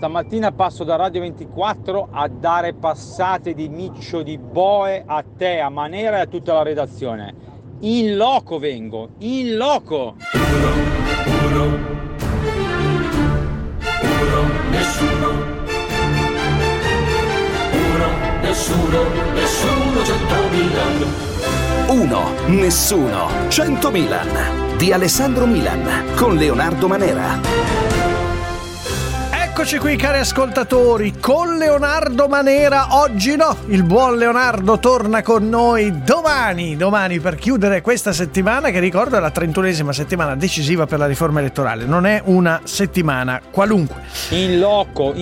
stamattina passo da Radio 24 a dare passate di miccio di boe a te, a Manera e a tutta la redazione. In loco vengo, in loco! Uno, nessuno. Nessuno, 100.000. 1, nessuno, 100.000 di Alessandro Milan con Leonardo Manera. Eccoci qui cari ascoltatori con Leonardo Manera. Oggi no, il buon Leonardo torna con noi domani per chiudere questa settimana che ricordo è la 31esima settimana decisiva per la riforma elettorale. Non è una settimana qualunque. In loco.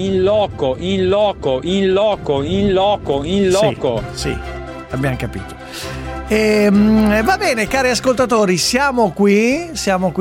Sì, abbiamo capito. Va bene cari ascoltatori, siamo qui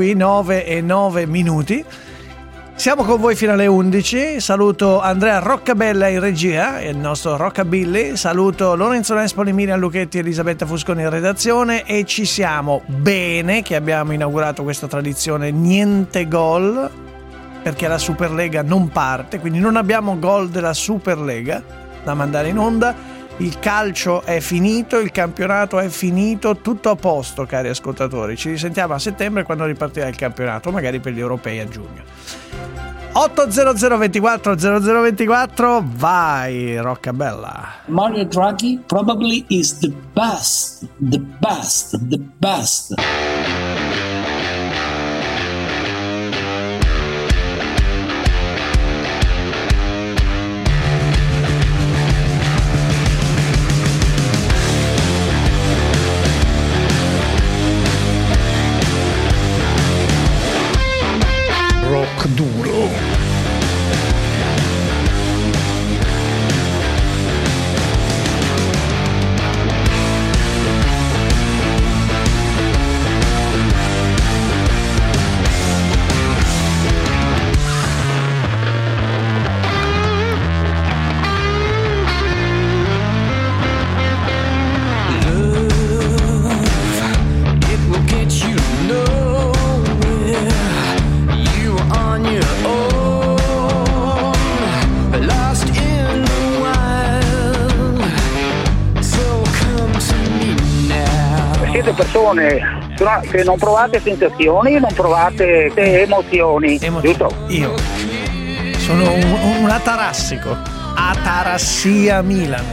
9:09. Siamo con voi fino alle 11. Saluto Andrea Roccabella in regia, il nostro Rockabilly. Saluto Lorenzo Nespoli, Miriam Lucchetti e Elisabetta Fusconi in redazione. E ci siamo bene che abbiamo inaugurato questa tradizione niente gol, perché la Superlega non parte, quindi non abbiamo gol della Superlega da mandare in onda. Il calcio è finito, il campionato è finito, tutto a posto cari ascoltatori. Ci risentiamo a settembre quando ripartirà il campionato, magari per gli europei a giugno. 800 24 0024, vai Roccabella. Mario Draghi probably is the best. Rock duro. Siete persone che non provate sensazioni, non provate emozioni, giusto? Io sono un atarassico, atarassia Milan.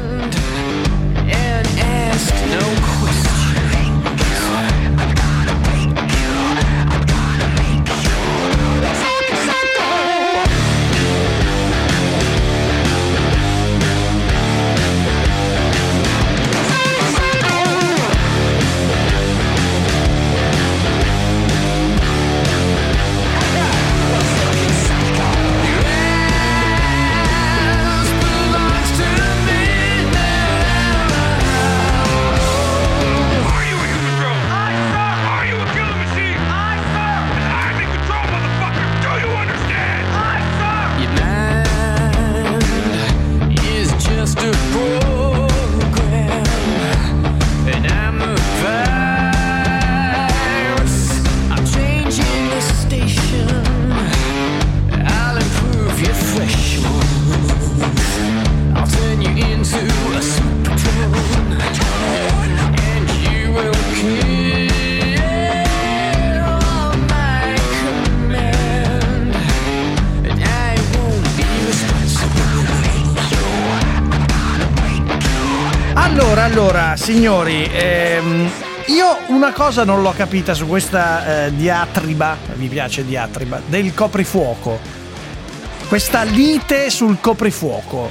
Allora, signori, io una cosa non l'ho capita su questa diatriba, mi piace diatriba, del coprifuoco. Questa lite sul coprifuoco.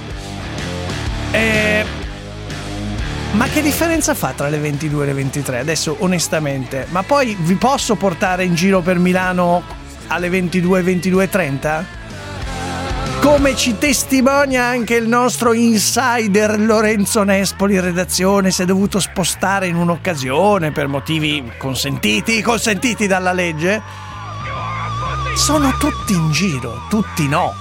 Ma che differenza fa tra le 22 e le 23? Adesso, onestamente, ma poi vi posso portare in giro per Milano alle 22, 22:30? Come ci testimonia anche il nostro insider Lorenzo Nespoli in redazione, si è dovuto spostare in un'occasione per motivi consentiti dalla legge. Sono tutti in giro, tutti no.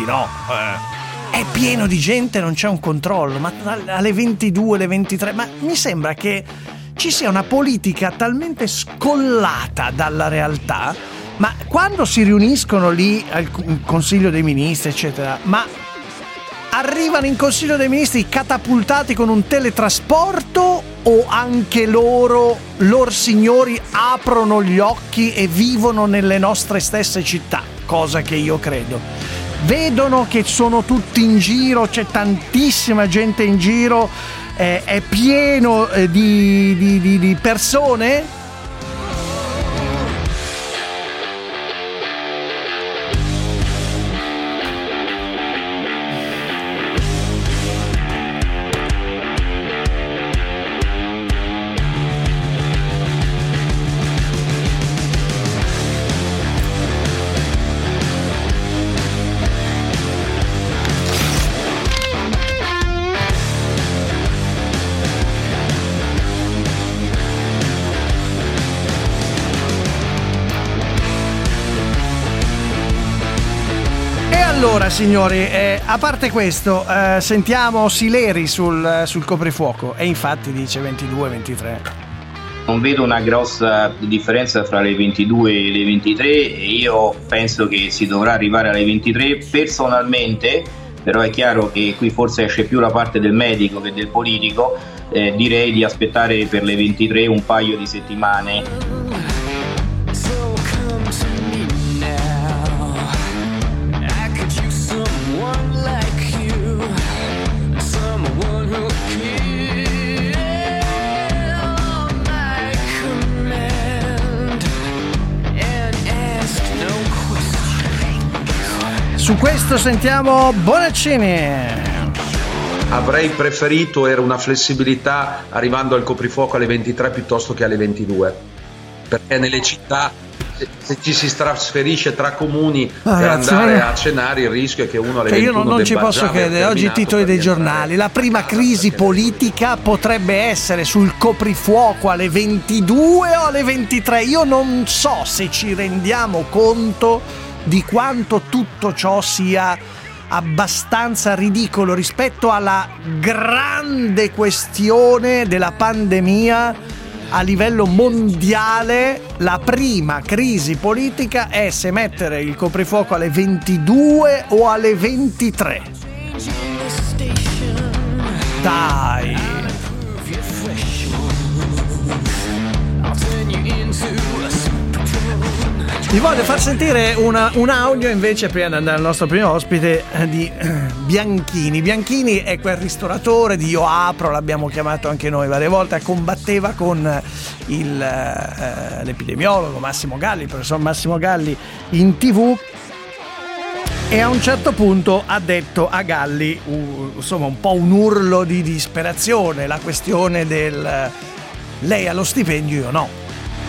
È pieno di gente, non c'è un controllo, ma alle 22, alle 23, ma mi sembra che ci sia una politica talmente scollata dalla realtà ma quando si riuniscono lì al Consiglio dei Ministri, eccetera, ma arrivano in Consiglio dei Ministri catapultati con un teletrasporto o anche loro signori aprono gli occhi e vivono nelle nostre stesse città, cosa che io credo. Vedono che sono tutti in giro, c'è tantissima gente in giro, è pieno di persone. Allora signori, a parte questo, sentiamo Sileri sul coprifuoco e infatti dice 22-23. Non vedo una grossa differenza fra le 22 e le 23 e io penso che si dovrà arrivare alle 23 personalmente, però è chiaro che qui forse esce più la parte del medico che del politico, direi di aspettare per le 23 un paio di settimane. Su questo sentiamo Bonaccini. Avrei preferito era una flessibilità arrivando al coprifuoco alle 23 piuttosto che alle 22, perché nelle città se ci si trasferisce tra comuni per andare a cenare il rischio è che uno alle 21 io non ci posso credere. Oggi i titoli dei giornali: la prima crisi politica potrebbe essere sul coprifuoco alle 22 o alle 23. Io non so se ci rendiamo conto di quanto tutto ciò sia abbastanza ridicolo rispetto alla grande questione della pandemia a livello mondiale. La prima crisi politica è se mettere il coprifuoco alle 22 o alle 23. Dai. Vi voglio far sentire un audio invece prima di andare al nostro primo ospite di Bianchini. Bianchini è quel ristoratore di Io Apro, l'abbiamo chiamato anche noi varie volte, combatteva con l'epidemiologo Massimo Galli, il professor Massimo Galli in TV, e a un certo punto ha detto a Galli insomma un po' un urlo di disperazione, la questione del lei ha lo stipendio, io no.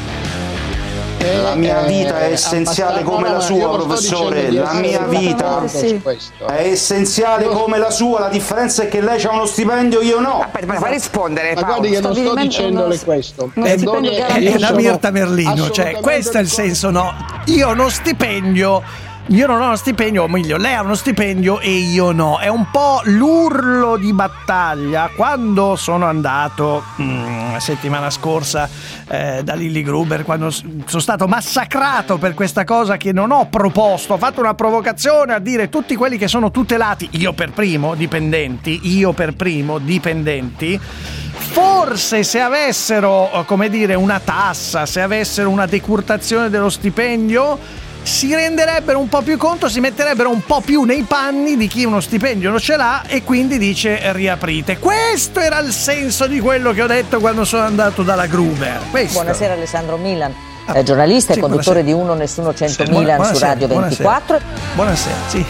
La mia vita è essenziale come la sua, professore. La mia vita è essenziale come la sua. La differenza è che lei ha uno stipendio, io no. Ma fa rispondere, ma guardi che non sto dicendole questo. È la Mirta Merlino, cioè questo è il senso, no? Io ho uno stipendio. Io non ho uno stipendio, o meglio, lei ha uno stipendio e io no. È un po' l'urlo di battaglia. Quando sono andato la settimana scorsa da Lilli Gruber, quando sono stato massacrato per questa cosa che non ho proposto, ho fatto una provocazione a dire tutti quelli che sono tutelati, io per primo, dipendenti, forse se avessero, come dire, una tassa, se avessero una decurtazione dello stipendio, si renderebbero un po' più conto, si metterebbero un po' più nei panni di chi uno stipendio non ce l'ha e quindi dice riaprite. Questo era il senso di quello che ho detto quando sono andato dalla Gruber. Questo. Buonasera Alessandro Milan, giornalista e conduttore di Uno Nessuno 100 Milan su Radio 24. Buonasera, sì.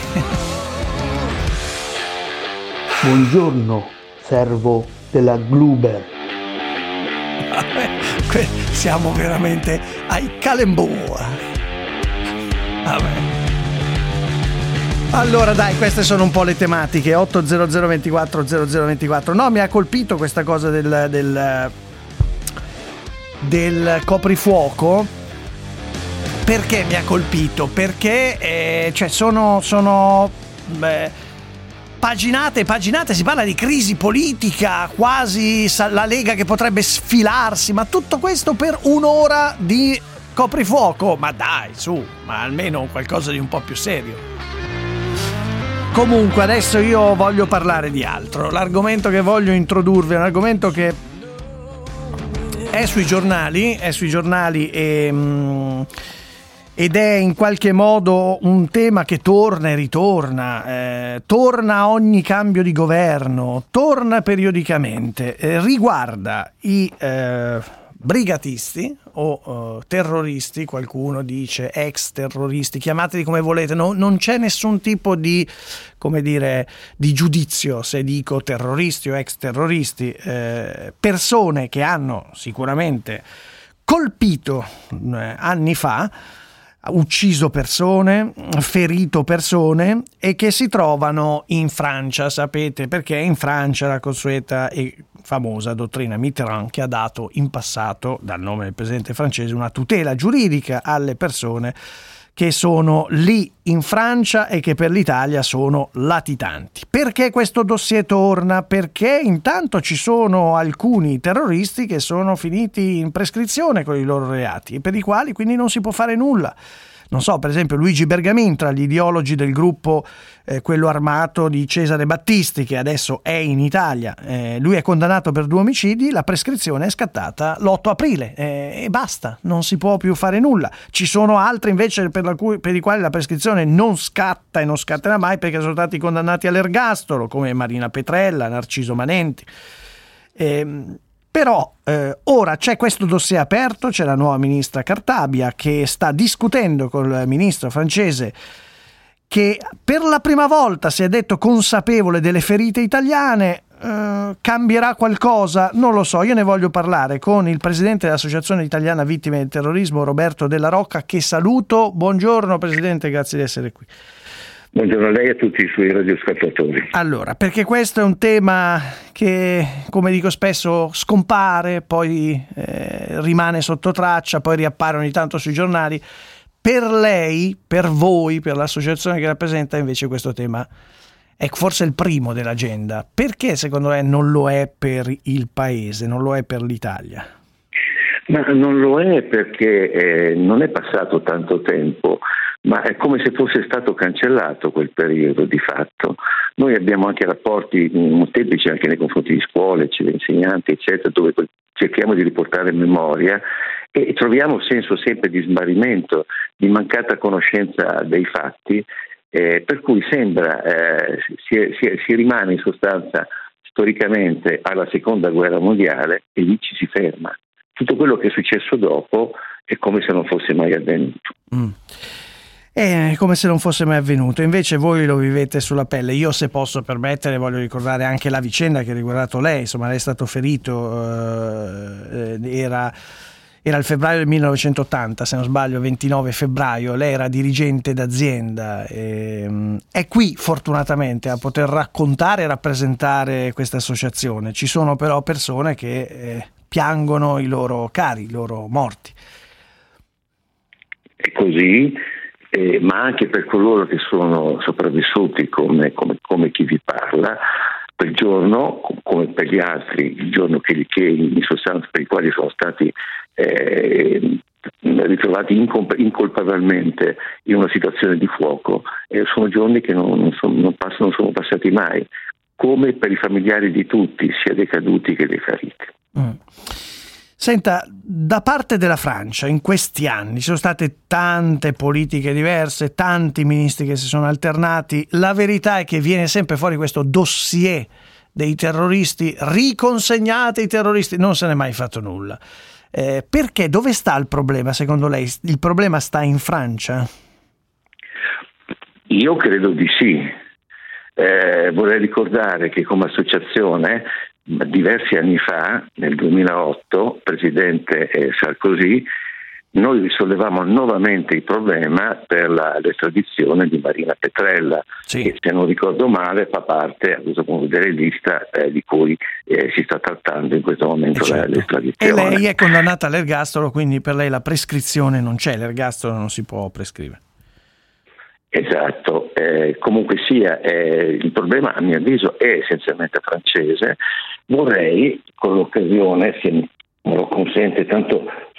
Buongiorno, servo della Gruber. Siamo veramente ai Calemboa. Vabbè. Allora dai, queste sono un po' le tematiche. 800 24 0024. No, mi ha colpito questa cosa del coprifuoco. Perché mi ha colpito? Perché cioè sono paginate, si parla di crisi politica, quasi la Lega che potrebbe sfilarsi, ma tutto questo per un'ora di coprifuoco, ma dai, su, ma almeno qualcosa di un po' più serio. Comunque adesso io voglio parlare di altro. L'argomento che voglio introdurvi è un argomento che è sui giornali ed è in qualche modo un tema che torna e ritorna, torna a ogni cambio di governo, torna periodicamente, riguarda i brigatisti o terroristi, qualcuno dice ex terroristi, chiamateli come volete, non c'è nessun tipo di, come dire, di giudizio se dico terroristi o ex terroristi, persone che hanno sicuramente colpito anni fa, ucciso persone, ferito persone e che si trovano in Francia. Sapete perché? In Francia la consueta e famosa dottrina Mitterrand, che ha dato in passato, dal nome del presidente francese, una tutela giuridica alle persone che sono lì in Francia e che per l'Italia sono latitanti. Perché questo dossier torna? Perché intanto ci sono alcuni terroristi che sono finiti in prescrizione con i loro reati e per i quali quindi non si può fare nulla. Non so, per esempio Luigi Bergamin, tra gli ideologi del gruppo, quello armato di Cesare Battisti, che adesso è in Italia, lui è condannato per 2 omicidi, la prescrizione è scattata l'8 aprile e basta, non si può più fare nulla. Ci sono altri invece per i quali la prescrizione non scatta e non scatterà mai perché sono stati condannati all'ergastolo, come Marina Petrella, Narciso Manenti. Però ora c'è questo dossier aperto, c'è la nuova ministra Cartabia che sta discutendo con il ministro francese, che per la prima volta si è detto consapevole delle ferite italiane. Cambierà qualcosa? Non lo so, io ne voglio parlare con il presidente dell'Associazione Italiana Vittime del Terrorismo, Roberto Della Rocca, che saluto. Buongiorno Presidente, grazie di essere qui. Buongiorno a lei e a tutti i suoi radioascoltatori. Allora, perché questo è un tema che, come dico spesso, scompare, poi rimane sotto traccia, poi riappare ogni tanto sui giornali. Per lei, per voi, per l'associazione che rappresenta, invece questo tema è forse il primo dell'agenda. Perché secondo lei non lo è per il Paese, non lo è per l'Italia? Ma non lo è perché non è passato tanto tempo, ma è come se fosse stato cancellato quel periodo di fatto. Noi abbiamo anche rapporti molteplici anche nei confronti di scuole, insegnanti, eccetera, dove cerchiamo di riportare memoria e troviamo senso sempre di smarrimento, di mancata conoscenza dei fatti, per cui sembra si rimane in sostanza storicamente alla seconda guerra mondiale e lì ci si ferma. Tutto quello che è successo dopo è come se non fosse mai avvenuto. È come se non fosse mai avvenuto, invece voi lo vivete sulla pelle. Io, se posso permettere, voglio ricordare anche la vicenda che ha riguardato lei. Insomma, lei è stato ferito, era il febbraio del 1980, se non sbaglio, 29 febbraio. Lei era dirigente d'azienda, è qui fortunatamente a poter raccontare e rappresentare questa associazione. Ci sono però persone che piangono i loro cari, i loro morti. È così, ma anche per coloro che sono sopravvissuti come chi vi parla, quel giorno, come per gli altri, il giorno che in sostanza per i quali sono stati ritrovati incolpevolmente in una situazione di fuoco, sono giorni che non sono passati mai, come per i familiari di tutti, sia dei caduti che dei feriti. Senta, da parte della Francia in questi anni ci sono state tante politiche diverse, tanti ministri che si sono alternati. La verità è che viene sempre fuori questo dossier dei terroristi, riconsegnate ai terroristi, non se n'è mai fatto nulla. Perché? Dove sta il problema secondo lei? Il problema sta in Francia? Io credo di sì. Vorrei ricordare che come associazione diversi anni fa, nel 2008, presidente Sarkozy, noi risolevamo nuovamente il problema per l'estradizione di Marina Petrella, sì, che se non ricordo male fa parte, a questo punto, della lista di cui si sta trattando in questo momento, certo, l'estradizione. E lei è condannata all'ergastolo, quindi per lei la prescrizione non c'è, l'ergastolo non si può prescrivere. Esatto, comunque sia, il problema a mio avviso è essenzialmente francese. Vorrei, con l'occasione, se me lo consente, tanto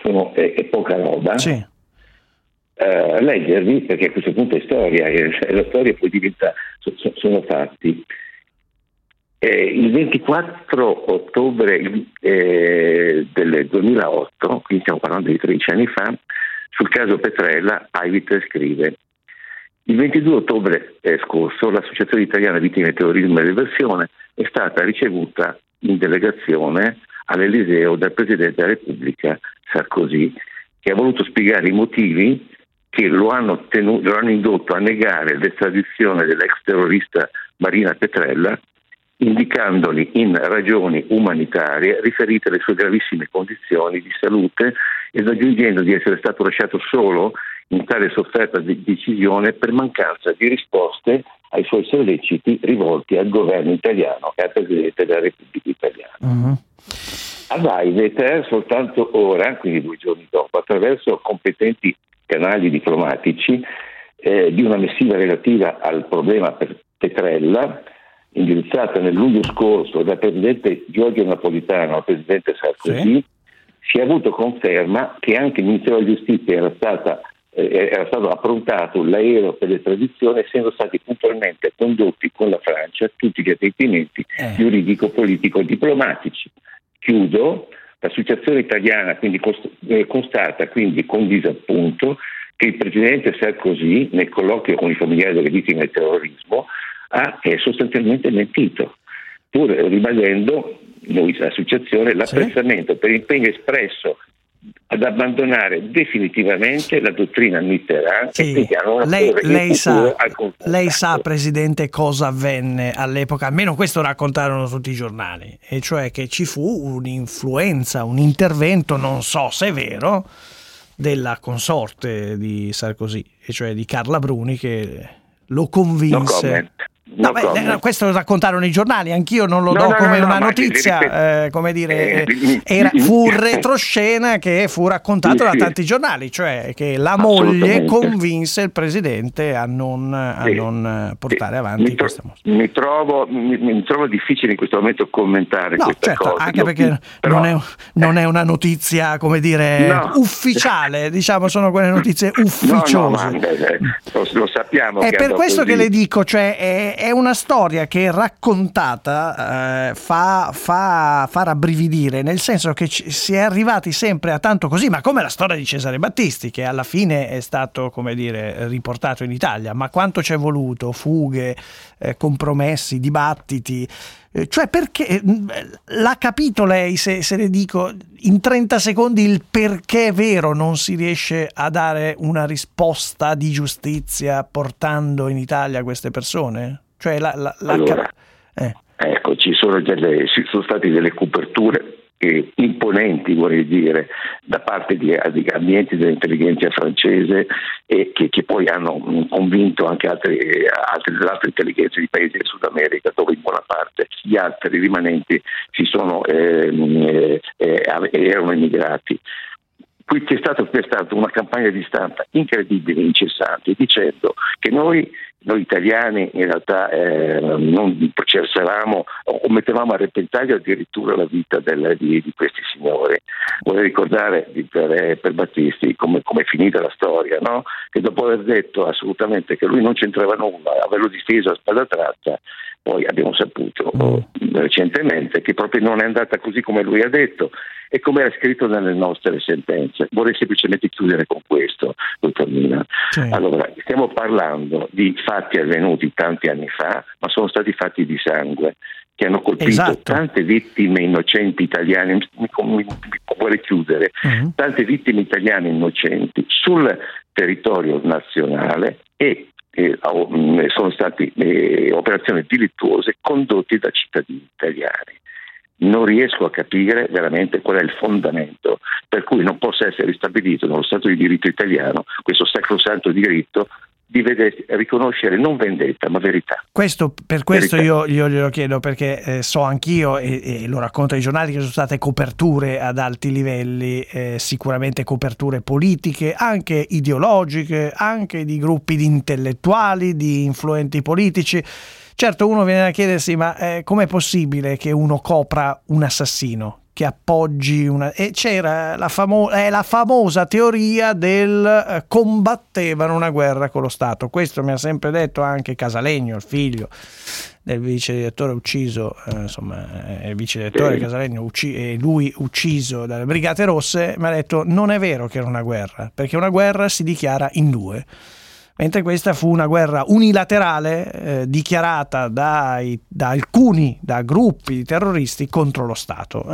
è poca roba. Sì. Leggervi, perché a questo punto è storia, e la storia poi diventa, sono fatti. Il 24 ottobre del 2008, quindi stiamo parlando di 13 anni fa, sul caso Petrella, Aivit scrive: il 22 ottobre scorso l'Associazione Italiana Vittime di Terrorismo e Reversione è stata ricevuta in delegazione all'Eliseo dal Presidente della Repubblica Sarkozy, che ha voluto spiegare i motivi che lo hanno indotto a negare l'estradizione dell'ex terrorista Marina Petrella, indicandoli in ragioni umanitarie riferite alle sue gravissime condizioni di salute ed aggiungendo di essere stato lasciato solo in tale sofferta di decisione per mancanza di risposte ai suoi solleciti rivolti al governo italiano e al Presidente della Repubblica Italiana. Uh-huh. Ad Aivit soltanto ora, quindi 2 giorni dopo, attraverso competenti canali diplomatici, di una missiva relativa al problema Petrella, indirizzata nel luglio scorso dal Presidente Giorgio Napolitano al Presidente Sarkozy, si è avuto conferma che anche il Ministero della Giustizia era stato approntato l'aereo per l'estradizione, essendo stati puntualmente condotti con la Francia tutti gli adempimenti giuridico-politico-diplomatici. Chiudo. L'associazione italiana quindi constata quindi con disappunto che il Presidente Sarkozy, nel colloquio con i familiari delle vittime del terrorismo, ha sostanzialmente mentito, pur ribadendo noi associazione l'apprezzamento per l'impegno espresso ad abbandonare definitivamente la dottrina Mitterrand. Sì. Lei sa, Presidente, cosa avvenne all'epoca, almeno questo raccontarono tutti i giornali, e cioè che ci fu un'influenza, un intervento, non so se è vero, della consorte di Sarkozy, e cioè di Carla Bruni, che lo convinse. Questo lo raccontarono i giornali, anch'io non lo do come una notizia, come dire, fu un retroscena che fu raccontato da tanti giornali, cioè che la moglie convinse il presidente a non portare avanti questa mossa. Mi trovo difficile in questo momento commentare questa cosa. Anche perché non è una notizia, come dire, ufficiale, diciamo, sono quelle notizie ufficiose. Lo sappiamo. È per questo che le dico, cioè è una storia che raccontata fa rabbrividire, nel senso che si è arrivati sempre a tanto così, ma come la storia di Cesare Battisti, che alla fine è stato, come dire, riportato in Italia, ma quanto c'è voluto, fughe, compromessi, dibattiti, cioè perché l'ha capito lei, se le dico in 30 secondi il perché vero non si riesce a dare una risposta di giustizia portando in Italia queste persone? Cioè ecco, ci sono state delle coperture imponenti, vorrei dire, da parte di ambienti dell'intelligenza francese, e che poi hanno convinto anche altre intelligenze di paesi del Sud America, dove in buona parte gli altri rimanenti erano emigrati. Qui c'è stata una campagna di stampa incredibile, incessante, dicendo che noi italiani in realtà non cersavamo o mettevamo a repentaglio addirittura la vita di questi signori. Vorrei ricordare per Battisti come è finita la storia, no? Che dopo aver detto assolutamente che lui non c'entrava nulla, averlo difeso a spada tratta, poi abbiamo saputo recentemente che proprio non è andata così come lui ha detto e come era scritto nelle nostre sentenze. Vorrei semplicemente chiudere con questo, dottor Mina. Allora, stiamo parlando di fatti avvenuti tanti anni fa, ma sono stati fatti di sangue che hanno colpito tante vittime innocenti italiane. Vorrei chiudere. Tante vittime italiane innocenti sul territorio nazionale e sono state operazioni delittuose condotte da cittadini italiani. Non riesco a capire veramente qual è il fondamento per cui non possa essere ristabilito nello Stato di diritto italiano questo sacrosanto diritto di riconoscere non vendetta ma verità. Per questo io glielo chiedo, perché so anch'io e lo racconto ai giornali che sono state coperture ad alti livelli, sicuramente coperture politiche, anche ideologiche, anche di gruppi di intellettuali, di influenti politici. Certo, uno viene a chiedersi, ma com'è possibile che uno copra un assassino? che appoggi e c'era la famosa teoria del combattevano una guerra con lo Stato. Questo mi ha sempre detto anche Casalegno, il figlio del vice direttore ucciso, il vice direttore Casalegno e lui ucciso dalle Brigate Rosse. Mi ha detto non è vero che era una guerra, perché una guerra si dichiara in due, mentre questa fu una guerra unilaterale dichiarata da gruppi di terroristi contro lo Stato,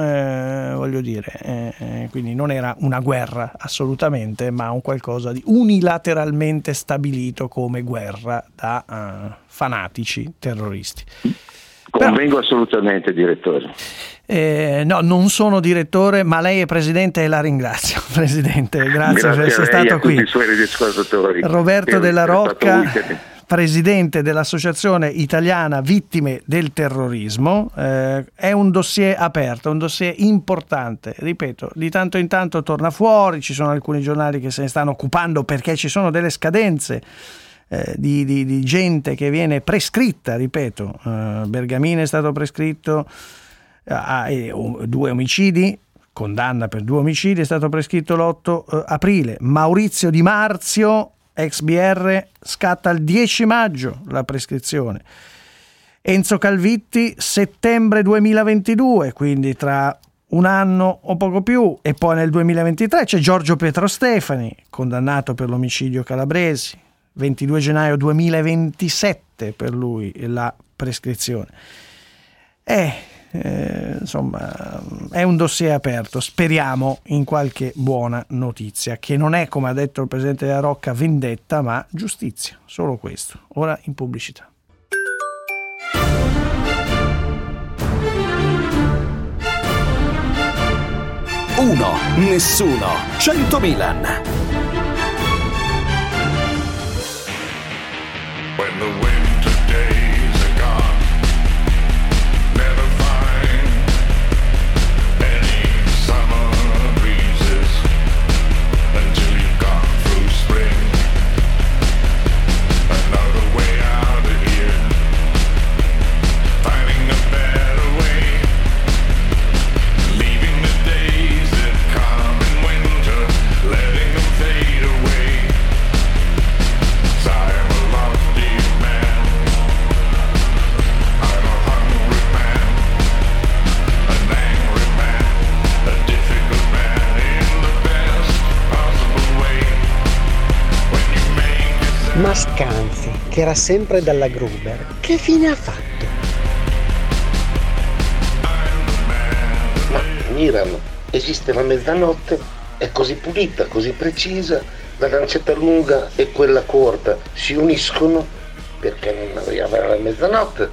quindi non era una guerra assolutamente, ma un qualcosa di unilateralmente stabilito come guerra da fanatici terroristi. Convengo assolutamente, direttore. No, non sono direttore, ma lei è presidente e la ringrazio. Presidente, grazie per essere stato qui. Roberto Della Rocca, presidente dell'Associazione Italiana Vittime del Terrorismo. È un dossier aperto, un dossier importante. Ripeto, di tanto in tanto torna fuori, ci sono alcuni giornali che se ne stanno occupando perché ci sono delle scadenze di gente che viene prescritta, ripeto. Bergamini è stato prescritto 2 omicidi, condanna per 2 omicidi, è stato prescritto l'8 aprile. Maurizio Di Marzio, ex BR, scatta il 10 maggio la prescrizione. Enzo Calvitti, settembre 2022, quindi tra un anno o poco più. E poi nel 2023 c'è Giorgio Petrostefani, condannato per l'omicidio Calabresi, 22 gennaio 2027 per lui la prescrizione. Insomma, è un dossier aperto. Speriamo in qualche buona notizia, che non è, come ha detto il presidente Della Rocca, vendetta, ma giustizia. Solo questo. Ora in pubblicità. Uno, nessuno, 100 Milan. When the winter days are gone, never find any summer breezes until you've gone through spring. Another way out of here, finding a better way, leaving the days that come in winter, letting them fade away. I'm a lofty man, I'm a hungry man, an angry man, a difficult man in the best possible way. When you make yourself... Ma Scanzi, che era sempre dalla Gruber, che fine ha fatto? Ma Miran, esiste la mezzanotte, è così pulita, così precisa. La lancetta lunga e quella corta si uniscono perché non arriva alla mezzanotte.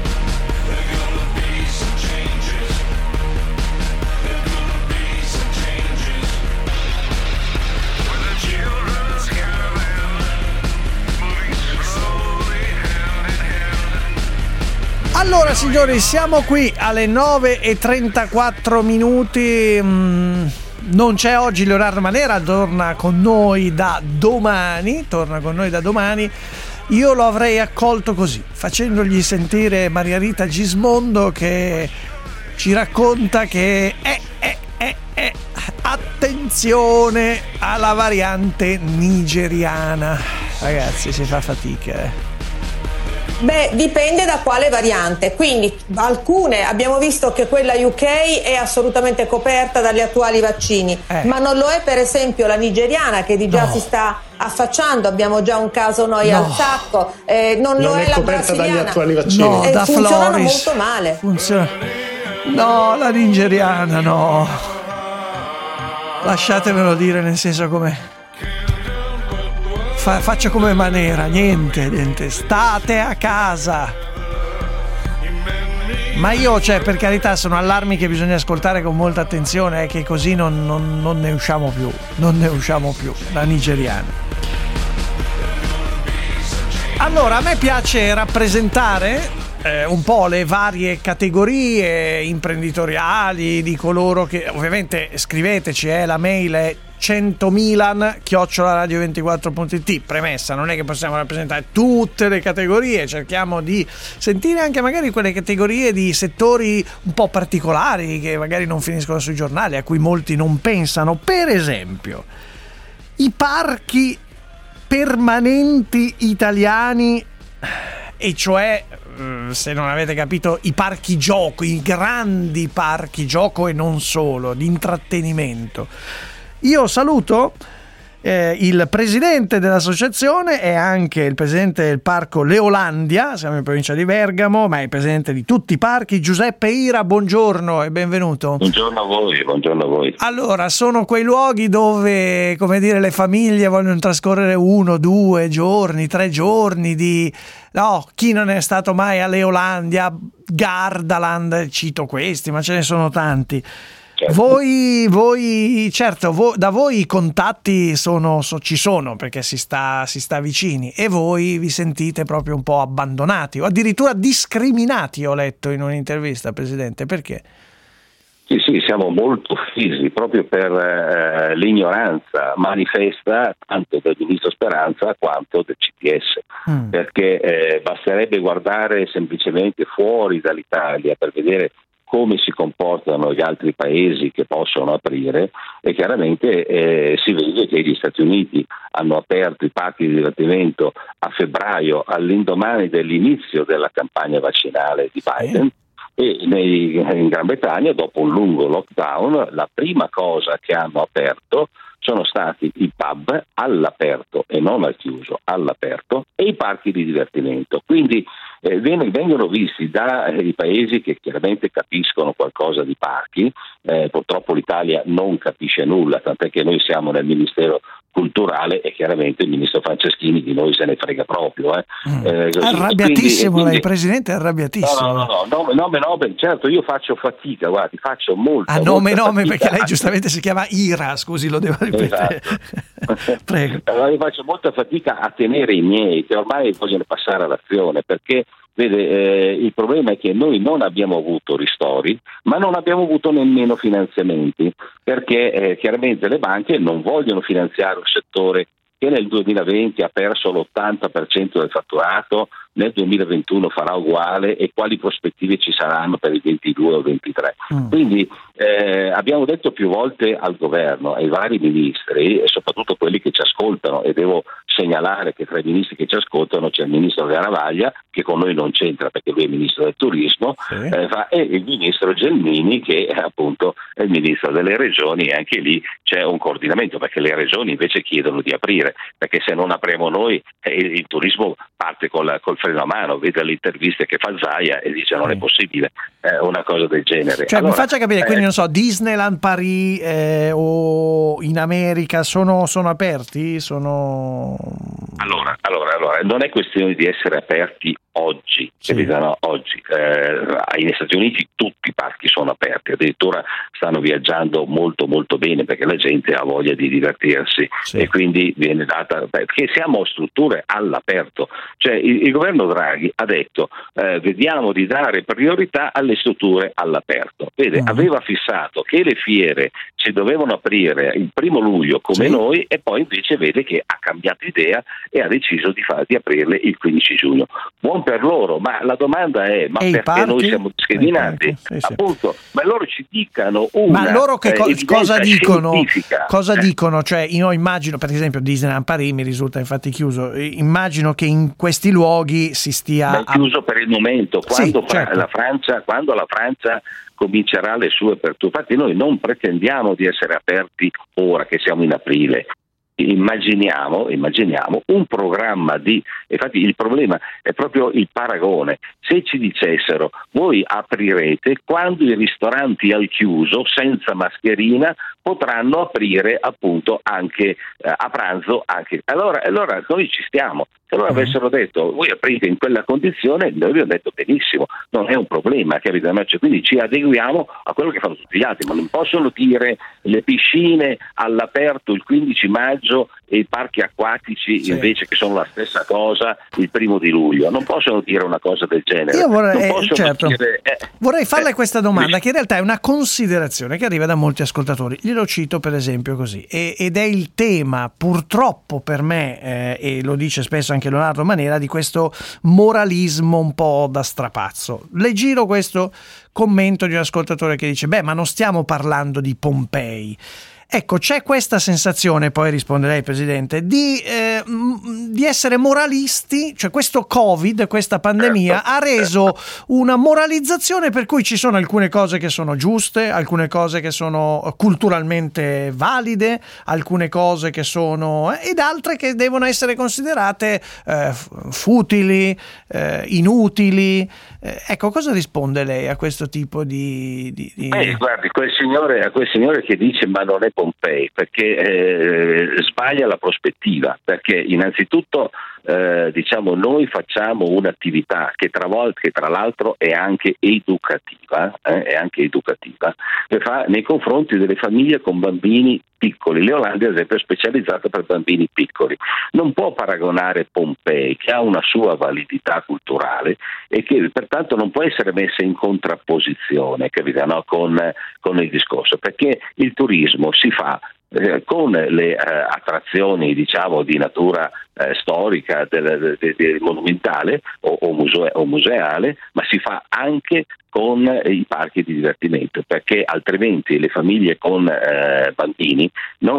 Allora signori, siamo qui alle 9:34 minuti. Non c'è oggi Leonardo Manera, torna con noi da domani. Io lo avrei accolto così, facendogli sentire Maria Rita Gismondo che ci racconta che attenzione alla variante nigeriana. Ragazzi, si fa fatica, Beh, dipende da quale variante. Quindi alcune abbiamo visto che quella UK è assolutamente coperta dagli attuali vaccini, ma non lo è per esempio la nigeriana, che di già si sta affacciando. Abbiamo già un caso noi al sacco. Non lo è la brasiliana. Dagli attuali vaccini. No, da funzionano Floris. molto male. No, la nigeriana no. Lasciatemelo dire, nel senso come... Faccio come Manera, niente, state a casa. Ma io, per carità, sono allarmi che bisogna ascoltare con molta attenzione, che così non ne usciamo più, la nigeriana. Allora, a me piace rappresentare un po' le varie categorie imprenditoriali di coloro che, ovviamente, scriveteci, la mail è 100milan@radio24.it. Premessa, non è che possiamo rappresentare tutte le categorie, cerchiamo di sentire anche magari quelle categorie di settori un po' particolari che magari non finiscono sui giornali, a cui molti non pensano. Per esempio, i parchi permanenti italiani, e cioè, se non avete capito, i parchi gioco, i grandi parchi gioco e non solo, di intrattenimento. Io saluto il presidente dell'associazione e anche il presidente del parco Leolandia, siamo in provincia di Bergamo, ma è il presidente di tutti i parchi, Giuseppe Ira. Buongiorno e benvenuto. Buongiorno a voi, buongiorno a voi. Allora, sono quei luoghi dove, come dire, le famiglie vogliono trascorrere 1, 2 giorni, 3 giorni di... No, chi non è stato mai a Leolandia, Gardaland, cito questi, ma ce ne sono tanti. Voi certo, da voi i contatti ci sono perché si sta vicini, e voi vi sentite proprio un po' abbandonati o addirittura discriminati, ho letto in un'intervista, Presidente, perché? Sì, siamo molto offesi proprio per l'ignoranza manifesta tanto del Ministro Speranza quanto del CTS, perché basterebbe guardare semplicemente fuori dall'Italia per vedere come si comportano gli altri paesi che possono aprire, e chiaramente si vede che gli Stati Uniti hanno aperto i parchi di divertimento a febbraio, all'indomani dell'inizio della campagna vaccinale di Biden, e in Gran Bretagna, dopo un lungo lockdown, la prima cosa che hanno aperto sono stati i pub all'aperto e non al chiuso, all'aperto, e i parchi di divertimento. Quindi vengono visti dai paesi che chiaramente capiscono qualcosa di parchi. Purtroppo l'Italia non capisce nulla, tant'è che noi siamo nel Ministero Culturale e chiaramente il ministro Franceschini di noi se ne frega proprio. Arrabbiatissimo, quindi, lei Presidente, è arrabbiatissimo. No, certo, io faccio fatica, guardi, faccio molto. Nome, perché lei giustamente si chiama Ira, scusi, lo devo ripetere. Esatto. Prego. Allora, io faccio molta fatica a tenere i miei, che ormai vogliono passare all'azione, perché vede, il problema è che noi non abbiamo avuto ristori, ma non abbiamo avuto nemmeno finanziamenti, perché chiaramente le banche non vogliono finanziare un settore che nel 2020 ha perso l'80% del fatturato, nel 2021 farà uguale, e quali prospettive ci saranno per il 22 o 23. Quindi abbiamo detto più volte al governo, ai vari ministri e soprattutto quelli che ci ascoltano, e devo segnalare che tra i ministri che ci ascoltano c'è il ministro Garavaglia, che con noi non c'entra perché lui è ministro del turismo, e il ministro Gelmini, che appunto è il ministro delle regioni, e anche lì c'è un coordinamento, perché le regioni invece chiedono di aprire, perché se non apriamo noi il turismo parte col freno a mano. Vede le interviste che fa Zaia e dice non è possibile una cosa del genere. Cioè, allora, mi faccia capire, quindi non so, Disneyland Paris o in America sono aperti? Allora, non è questione di essere aperti oggi, oggi negli Stati Uniti tutti i parchi sono aperti, addirittura stanno viaggiando molto molto bene perché la gente ha voglia di divertirsi, e quindi viene data, perché siamo strutture all'aperto, cioè il governo Draghi ha detto vediamo di dare priorità alle strutture all'aperto. Aveva fissato che le fiere si dovevano aprire il 1 luglio come noi, e poi invece vede che ha cambiato idea e ha deciso di aprirle il 15 giugno. Buon per loro, ma la domanda è: ma perché noi siamo discriminati? Appunto, ma loro ci dicano una ma loro cosa dicono? Scientifica. Cosa dicono? Cioè, io immagino, per esempio, Disneyland Paris mi risulta infatti chiuso. Immagino che in questi luoghi si stia chiuso per il momento. Quando la Francia comincerà le sue aperture, infatti noi non pretendiamo di essere aperti ora che siamo in aprile. Immaginiamo un programma infatti il problema è proprio il paragone. Se ci dicessero voi aprirete quando i ristoranti al chiuso senza mascherina potranno aprire appunto anche a pranzo, allora noi ci stiamo. Se loro avessero detto voi aprite in quella condizione, noi abbiamo detto benissimo, non è un problema, capite? Quindi ci adeguiamo a quello che fanno tutti gli altri, ma non possono dire le piscine all'aperto il 15 maggio maggio e i parchi acquatici invece, che sono la stessa cosa, il 1 di luglio. Non possono dire una cosa del genere. Io vorrei, dire, vorrei farle questa domanda, che in realtà è una considerazione che arriva da molti ascoltatori. Glielo cito per esempio così, ed è il tema purtroppo per me, e lo dice spesso anche Leonardo Manera, di questo moralismo un po' da strapazzo. Le giro questo commento di un ascoltatore che dice: beh, ma non stiamo parlando di Pompei. Ecco, c'è questa sensazione, poi risponde lei, Presidente, di essere moralisti, cioè questo Covid, questa pandemia ha reso una moralizzazione per cui ci sono alcune cose che sono giuste, alcune cose che sono culturalmente valide, alcune cose che sono ed altre che devono essere considerate futili, inutili. Ecco, cosa risponde lei a questo tipo di... Guardi, a quel signore che dice ma non è Pompei, perché sbaglia la prospettiva, perché innanzitutto diciamo noi facciamo un'attività che tra l'altro è anche educativa, che fa nei confronti delle famiglie con bambini piccoli. L'Eolandia ad esempio è specializzata per bambini piccoli. Non può paragonare Pompei, che ha una sua validità culturale e che pertanto non può essere messa in contrapposizione, capite, no? con il discorso, perché il turismo si fa con le attrazioni, diciamo, di natura storica, monumentale o museale, ma si fa anche con i parchi di divertimento, perché altrimenti le famiglie con bambini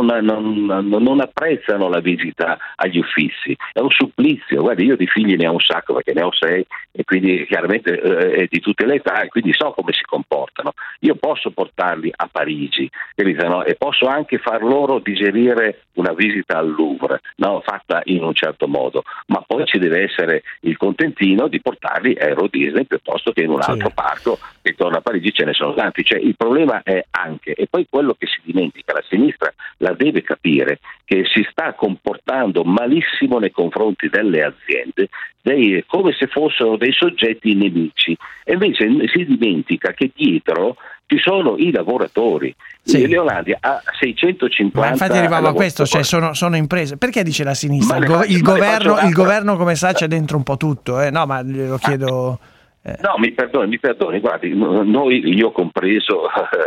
non apprezzano la visita agli Uffizi. È un supplizio. Guardi, io di figli ne ho un sacco, perché ne ho 6 e quindi chiaramente è di tutte le età, e quindi so come si comportano. Io posso portarli a Parigi, capite, no? E posso anche far loro digerire una visita al Louvre, no? Fatta in un certo modo, ma poi ci deve essere il contentino di portarli a Euro Disney piuttosto che in un altro parco che intorno a Parigi ce ne sono tanti. Cioè, il problema è anche, e poi quello che si dimentica, la sinistra la deve capire, che si sta comportando malissimo nei confronti delle aziende, come se fossero dei soggetti nemici, e invece si dimentica che dietro ci sono i lavoratori. Sì. L'Eolandia ha 650. Ma infatti arrivavo a questo, cioè sono imprese. Perché dice la sinistra? Il governo, come sa, c'è dentro un po' tutto. No, ma glielo chiedo. No, mi perdoni, guardi, io compreso,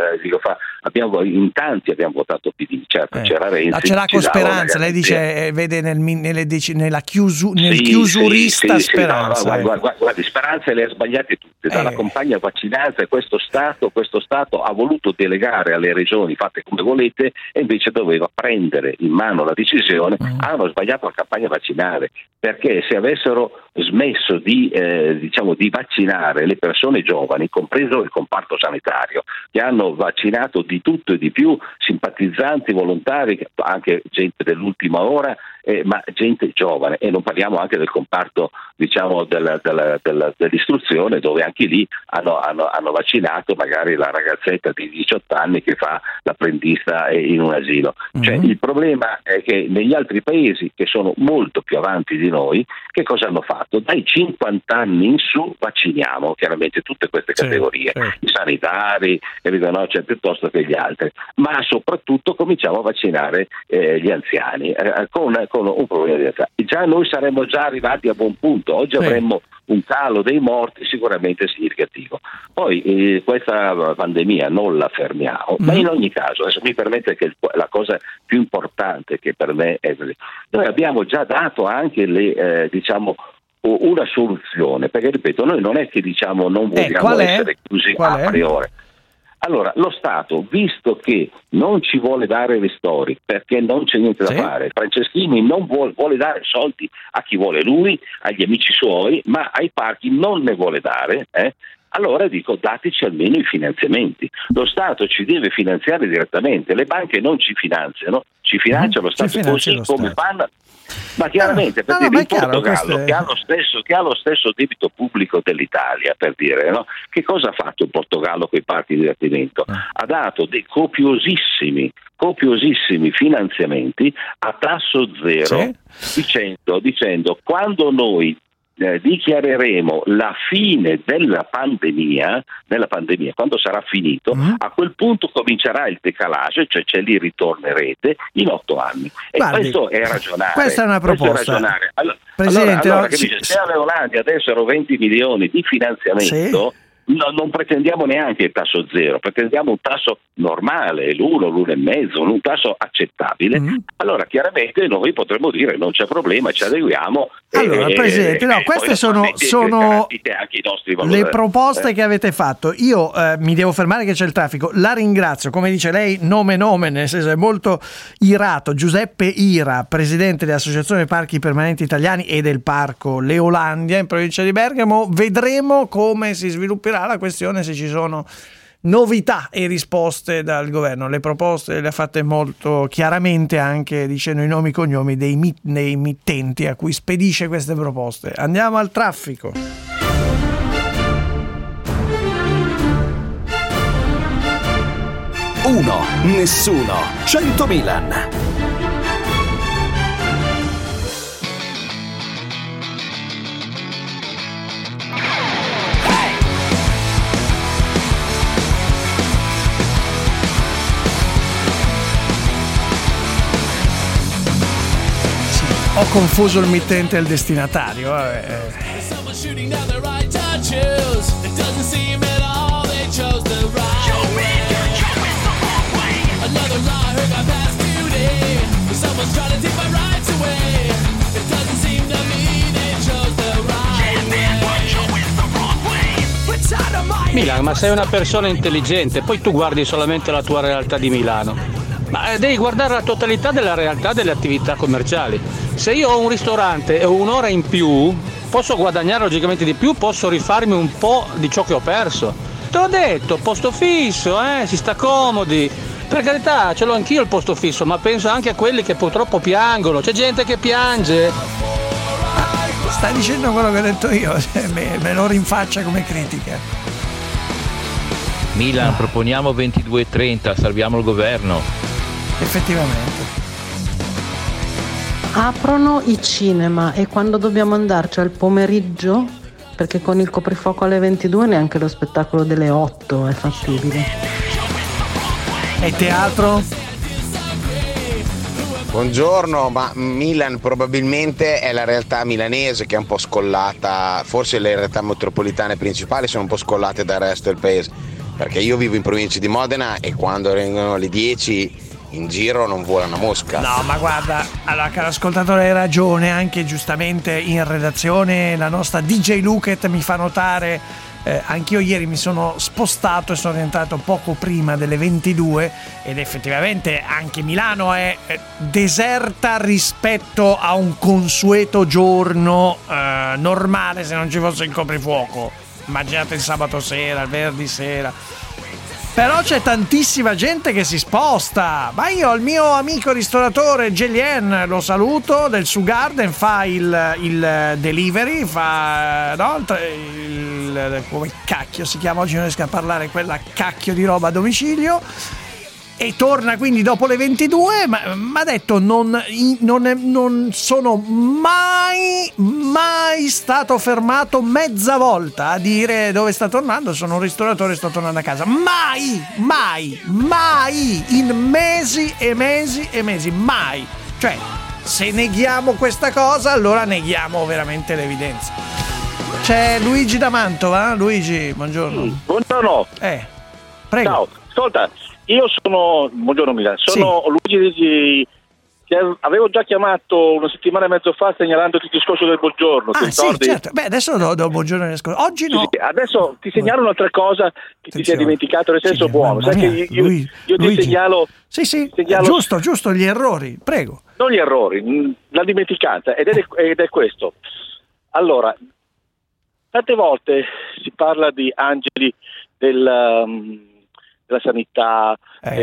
in tanti abbiamo votato PD, certo, c'era Renzi. C'è la Speranza, lei dice, vede nella chiusurista Speranza. No, guardi, Speranza le ha sbagliate tutte, dalla campagna vaccinale questo Stato ha voluto delegare alle regioni, fate come volete, e invece doveva prendere in mano la decisione. Hanno sbagliato la campagna vaccinale, perché se avessero smesso di vaccinare le persone giovani, compreso il comparto sanitario, che hanno vaccinato di tutto e di più, simpatizzanti, volontari, anche gente dell'ultima ora, ma gente giovane, e non parliamo anche del comparto, diciamo, dell'istruzione, dove anche lì hanno vaccinato magari la ragazzetta di 18 anni che fa l'apprendista in un asilo. Cioè, il problema è che negli altri paesi, che sono molto più avanti di noi, che cosa hanno fatto? Dai 50 anni in su vacciniamo chiaramente tutte queste categorie, i sanitari, piuttosto che gli altri, ma soprattutto cominciamo a vaccinare gli anziani con un problema di età. Già noi saremmo già arrivati a buon punto, oggi avremmo un calo dei morti sicuramente significativo. Poi questa pandemia non la fermiamo, ma in ogni caso, adesso mi permette che la cosa più importante che per me è, noi abbiamo già dato anche una soluzione, perché ripeto, noi non è che non vogliamo essere chiusi a priori. Allora, lo Stato, visto che non ci vuole dare ristori perché non c'è niente da fare, Franceschini non vuole dare soldi a chi vuole lui, agli amici suoi, ma ai parchi non ne vuole dare, allora dico, dateci almeno i finanziamenti. Lo Stato ci deve finanziare direttamente, le banche non ci finanziano, ci financia lo Stato, così come fanno. Ma chiaramente, per dire, il Portogallo, che ha lo stesso debito pubblico dell'Italia, per dire, no? Che cosa ha fatto il Portogallo con i parchi di divertimento? Ha dato dei copiosissimi finanziamenti a tasso zero, dicendo quando noi dichiareremo la fine della pandemia, quando sarà finito, a quel punto comincerà il decalage, cioè lì ritornerete in 8 anni. E Guardi, questo è ragionare. Questa è una proposta. Presidente, allora se alla Olanda adesso 20 milioni di finanziamento, non pretendiamo neanche il tasso zero, pretendiamo un tasso normale, l'1,5, un tasso accettabile. Allora chiaramente noi potremmo dire non c'è problema, ci adeguiamo. Allora, Presidente, queste sono anche i nostri valori. le proposte che avete fatto. Io mi devo fermare che c'è il traffico. La ringrazio, come dice lei, nome, nel senso è molto irato. Giuseppe Ira, Presidente dell'Associazione Parchi Permanenti Italiani e del Parco Leolandia in provincia di Bergamo. Vedremo come si svilupperà la questione, se ci sono novità e risposte dal governo. Le proposte le ha fatte molto chiaramente, anche dicendo i nomi e cognomi dei mittenti a cui spedisce queste proposte. Andiamo al traffico. Uno, nessuno, 100 Milan. Ho confuso il mittente e il destinatario. Milan, ma sei una persona intelligente, poi tu guardi solamente la tua realtà di Milano. Ma devi guardare la totalità della realtà delle attività commerciali. Se io ho un ristorante e ho un'ora in più, posso guadagnare logicamente di più, posso rifarmi un po' di ciò che ho perso. Te l'ho detto, posto fisso, si sta comodi. Per carità, ce l'ho anch'io il posto fisso, ma penso anche a quelli che purtroppo piangono. C'è gente che piange. Stai dicendo quello che ho detto io, me lo rinfaccia come critica. Milan, proponiamo 22,30, salviamo il governo. Effettivamente. Aprono i cinema e quando dobbiamo andarci al pomeriggio, perché con il coprifuoco alle 22 neanche lo spettacolo delle 8 è fattibile. E teatro? Buongiorno, ma Milan probabilmente è la realtà milanese che è un po' scollata, forse le realtà metropolitane principali sono un po' scollate dal resto del paese, perché io vivo in provincia di Modena e quando vengono le 10 in giro non vola una mosca. No, ma guarda, allora che l'ascoltatore hai ragione, anche giustamente in redazione la nostra DJ Luket mi fa notare, anch'io ieri mi sono spostato e sono rientrato poco prima delle 22 ed effettivamente anche Milano è deserta rispetto a un consueto giorno normale se non ci fosse il coprifuoco. Immaginate il sabato sera, il venerdì sera. Però c'è tantissima gente che si sposta. Ma io il mio amico ristoratore Gelien, lo saluto, del Su Garden, fa il delivery, fa come cacchio si chiama, oggi non riesco a parlare, quella cacchio di roba a domicilio, e torna quindi dopo le 22. Ma ha detto non sono mai stato fermato mezza volta a dire dove sta tornando, sono un ristoratore, sto tornando a casa. Mai in mesi e mesi, mai. Cioè, se neghiamo questa cosa, allora neghiamo veramente l'evidenza. C'è Luigi da Mantova. Luigi, buongiorno. Buongiorno. Prego. Ciao, ascolta, io sono, buongiorno Milano, sono Luigi che avevo già chiamato una settimana e mezzo fa segnalando il discorso del buongiorno. Sì, certo. Beh, adesso do buongiorno. Oggi no. Sì, adesso ti segnalo un'altra cosa che ti sei dimenticato, nel senso buono. Sai che io ti segnalo... Sì, giusto, gli errori, prego. Non gli errori, la dimenticanza, ed è questo. Allora, tante volte si parla di angeli della sanità,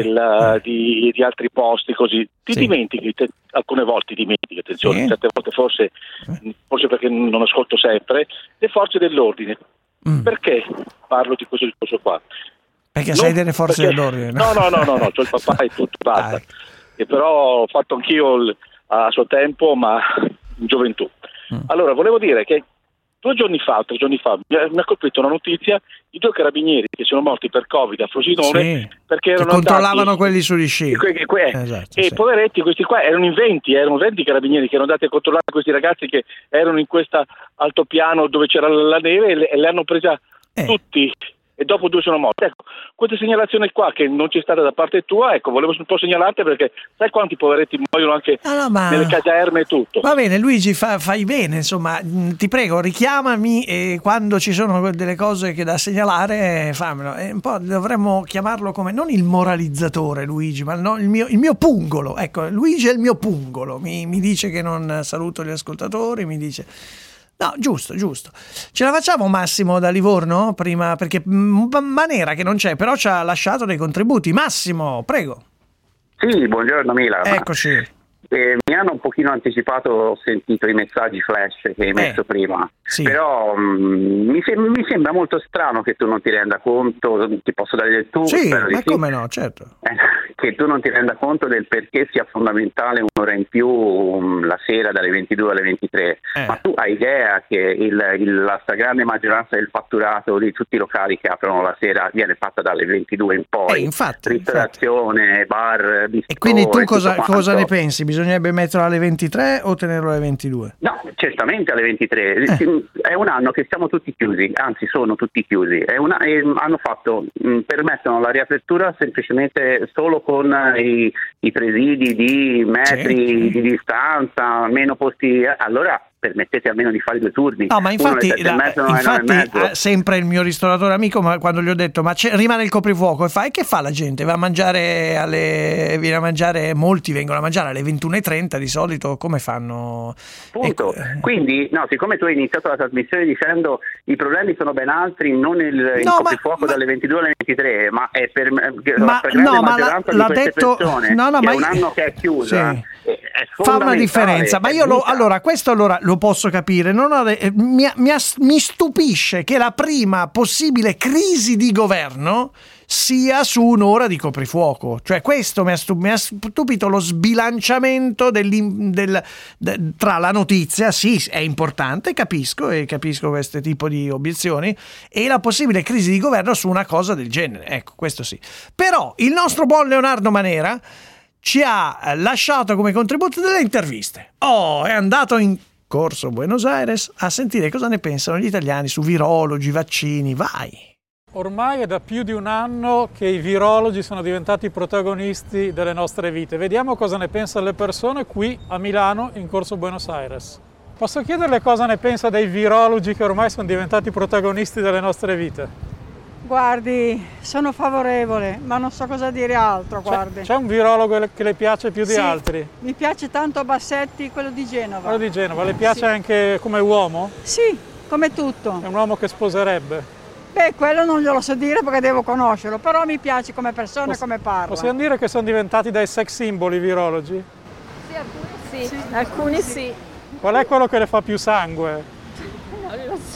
di altri posti, così ti dimentichi, alcune volte dimentichi, attenzione, certe volte forse perché non ascolto sempre, le forze dell'ordine. Perché parlo di questo discorso qua? Perché sei delle forze dell'ordine? No, c'ho il papà e tutto, basta. E però ho fatto anch'io a suo tempo, ma in gioventù. Allora, volevo dire che 2 giorni fa o 3 giorni fa mi ha colpito una notizia di 2 carabinieri che sono morti per Covid a Frosinone, perché erano che controllavano quelli sugli sci. Esatto, e poveretti, questi qua erano 20 carabinieri che erano andati a controllare questi ragazzi che erano in questo altopiano dove c'era la neve e le hanno presa tutti. E dopo 2 sono morti. Ecco, questa segnalazione qua che non c'è stata da parte tua, ecco, volevo un po' segnalarti perché sai quanti poveretti muoiono anche nelle caserme e tutto. Va bene, Luigi, fai bene, insomma, ti prego, richiamami e quando ci sono delle cose che da segnalare, fammelo. Un po' dovremmo chiamarlo come, non il moralizzatore Luigi, ma il mio pungolo. Ecco, Luigi è il mio pungolo, mi dice che non saluto gli ascoltatori, mi dice... No, giusto. Ce la facciamo Massimo da Livorno? Prima, perché Manera che non c'è, però ci ha lasciato dei contributi. Massimo, prego. Sì, buongiorno Milan. Eccoci. Mi hanno un pochino anticipato, ho sentito i messaggi flash che hai messo prima, però mi sembra molto strano che tu non ti renda conto, ti posso dare del tu? Sì, ma come no, certo. Che tu non ti renda conto del perché sia fondamentale un'ora in più la sera dalle 22 alle 23, ma tu hai idea che la stragrande maggioranza del fatturato di tutti i locali che aprono la sera viene fatta dalle 22 in poi, ristorazione, bar, bistrò. E quindi tu cosa ne pensi? Bisognerebbe metterlo alle 23 o tenerlo alle 22? No, certamente alle 23. È un anno che siamo tutti chiusi, anzi sono tutti chiusi. Permettono la riapertura semplicemente solo con i presidi di metri di distanza, meno posti. Allora permettete almeno di fare 2 turni. No, ma infatti sempre il mio ristoratore amico, ma quando gli ho detto ma rimane il coprifuoco, e che fa la gente? Va a mangiare viene a mangiare, molti vengono a mangiare alle 21:30 di solito, come fanno? Punto. Quindi, no, siccome tu hai iniziato la trasmissione dicendo i problemi sono ben altri, non il coprifuoco dalle 22 alle 23, ma è per la grande maggioranza di queste persone, che è un anno che è chiusa. Fa una differenza, ma io questo lo posso capire. Mi stupisce che la prima possibile crisi di governo sia su un'ora di coprifuoco, cioè questo mi ha stupito lo sbilanciamento tra la notizia, sì, è importante, capisco questo tipo di obiezioni, e la possibile crisi di governo su una cosa del genere, ecco, questo sì. Però il nostro buon Leonardo Manera ci ha lasciato come contributo delle interviste. È andato in corso Buenos Aires a sentire cosa ne pensano gli italiani su virologi, vaccini. Vai! Ormai è da più di un anno che i virologi sono diventati protagonisti delle nostre vite. Vediamo cosa ne pensano le persone qui a Milano in corso Buenos Aires. Posso chiederle cosa ne pensa dei virologi che ormai sono diventati protagonisti delle nostre vite? Guardi, sono favorevole, ma non so cosa dire altro, guardi. C'è un virologo che le piace più di altri? Mi piace tanto Bassetti, quello di Genova. Quello di Genova, le piace anche come uomo? Sì, come tutto. È un uomo che sposerebbe? Beh, quello non glielo so dire perché devo conoscerlo, però mi piace come persona e come parla. Possiamo dire che sono diventati dei sex symbol i virologi? Sì, alcuni sì. Alcuni sì. Qual è quello che le fa più sangue? Non lo so.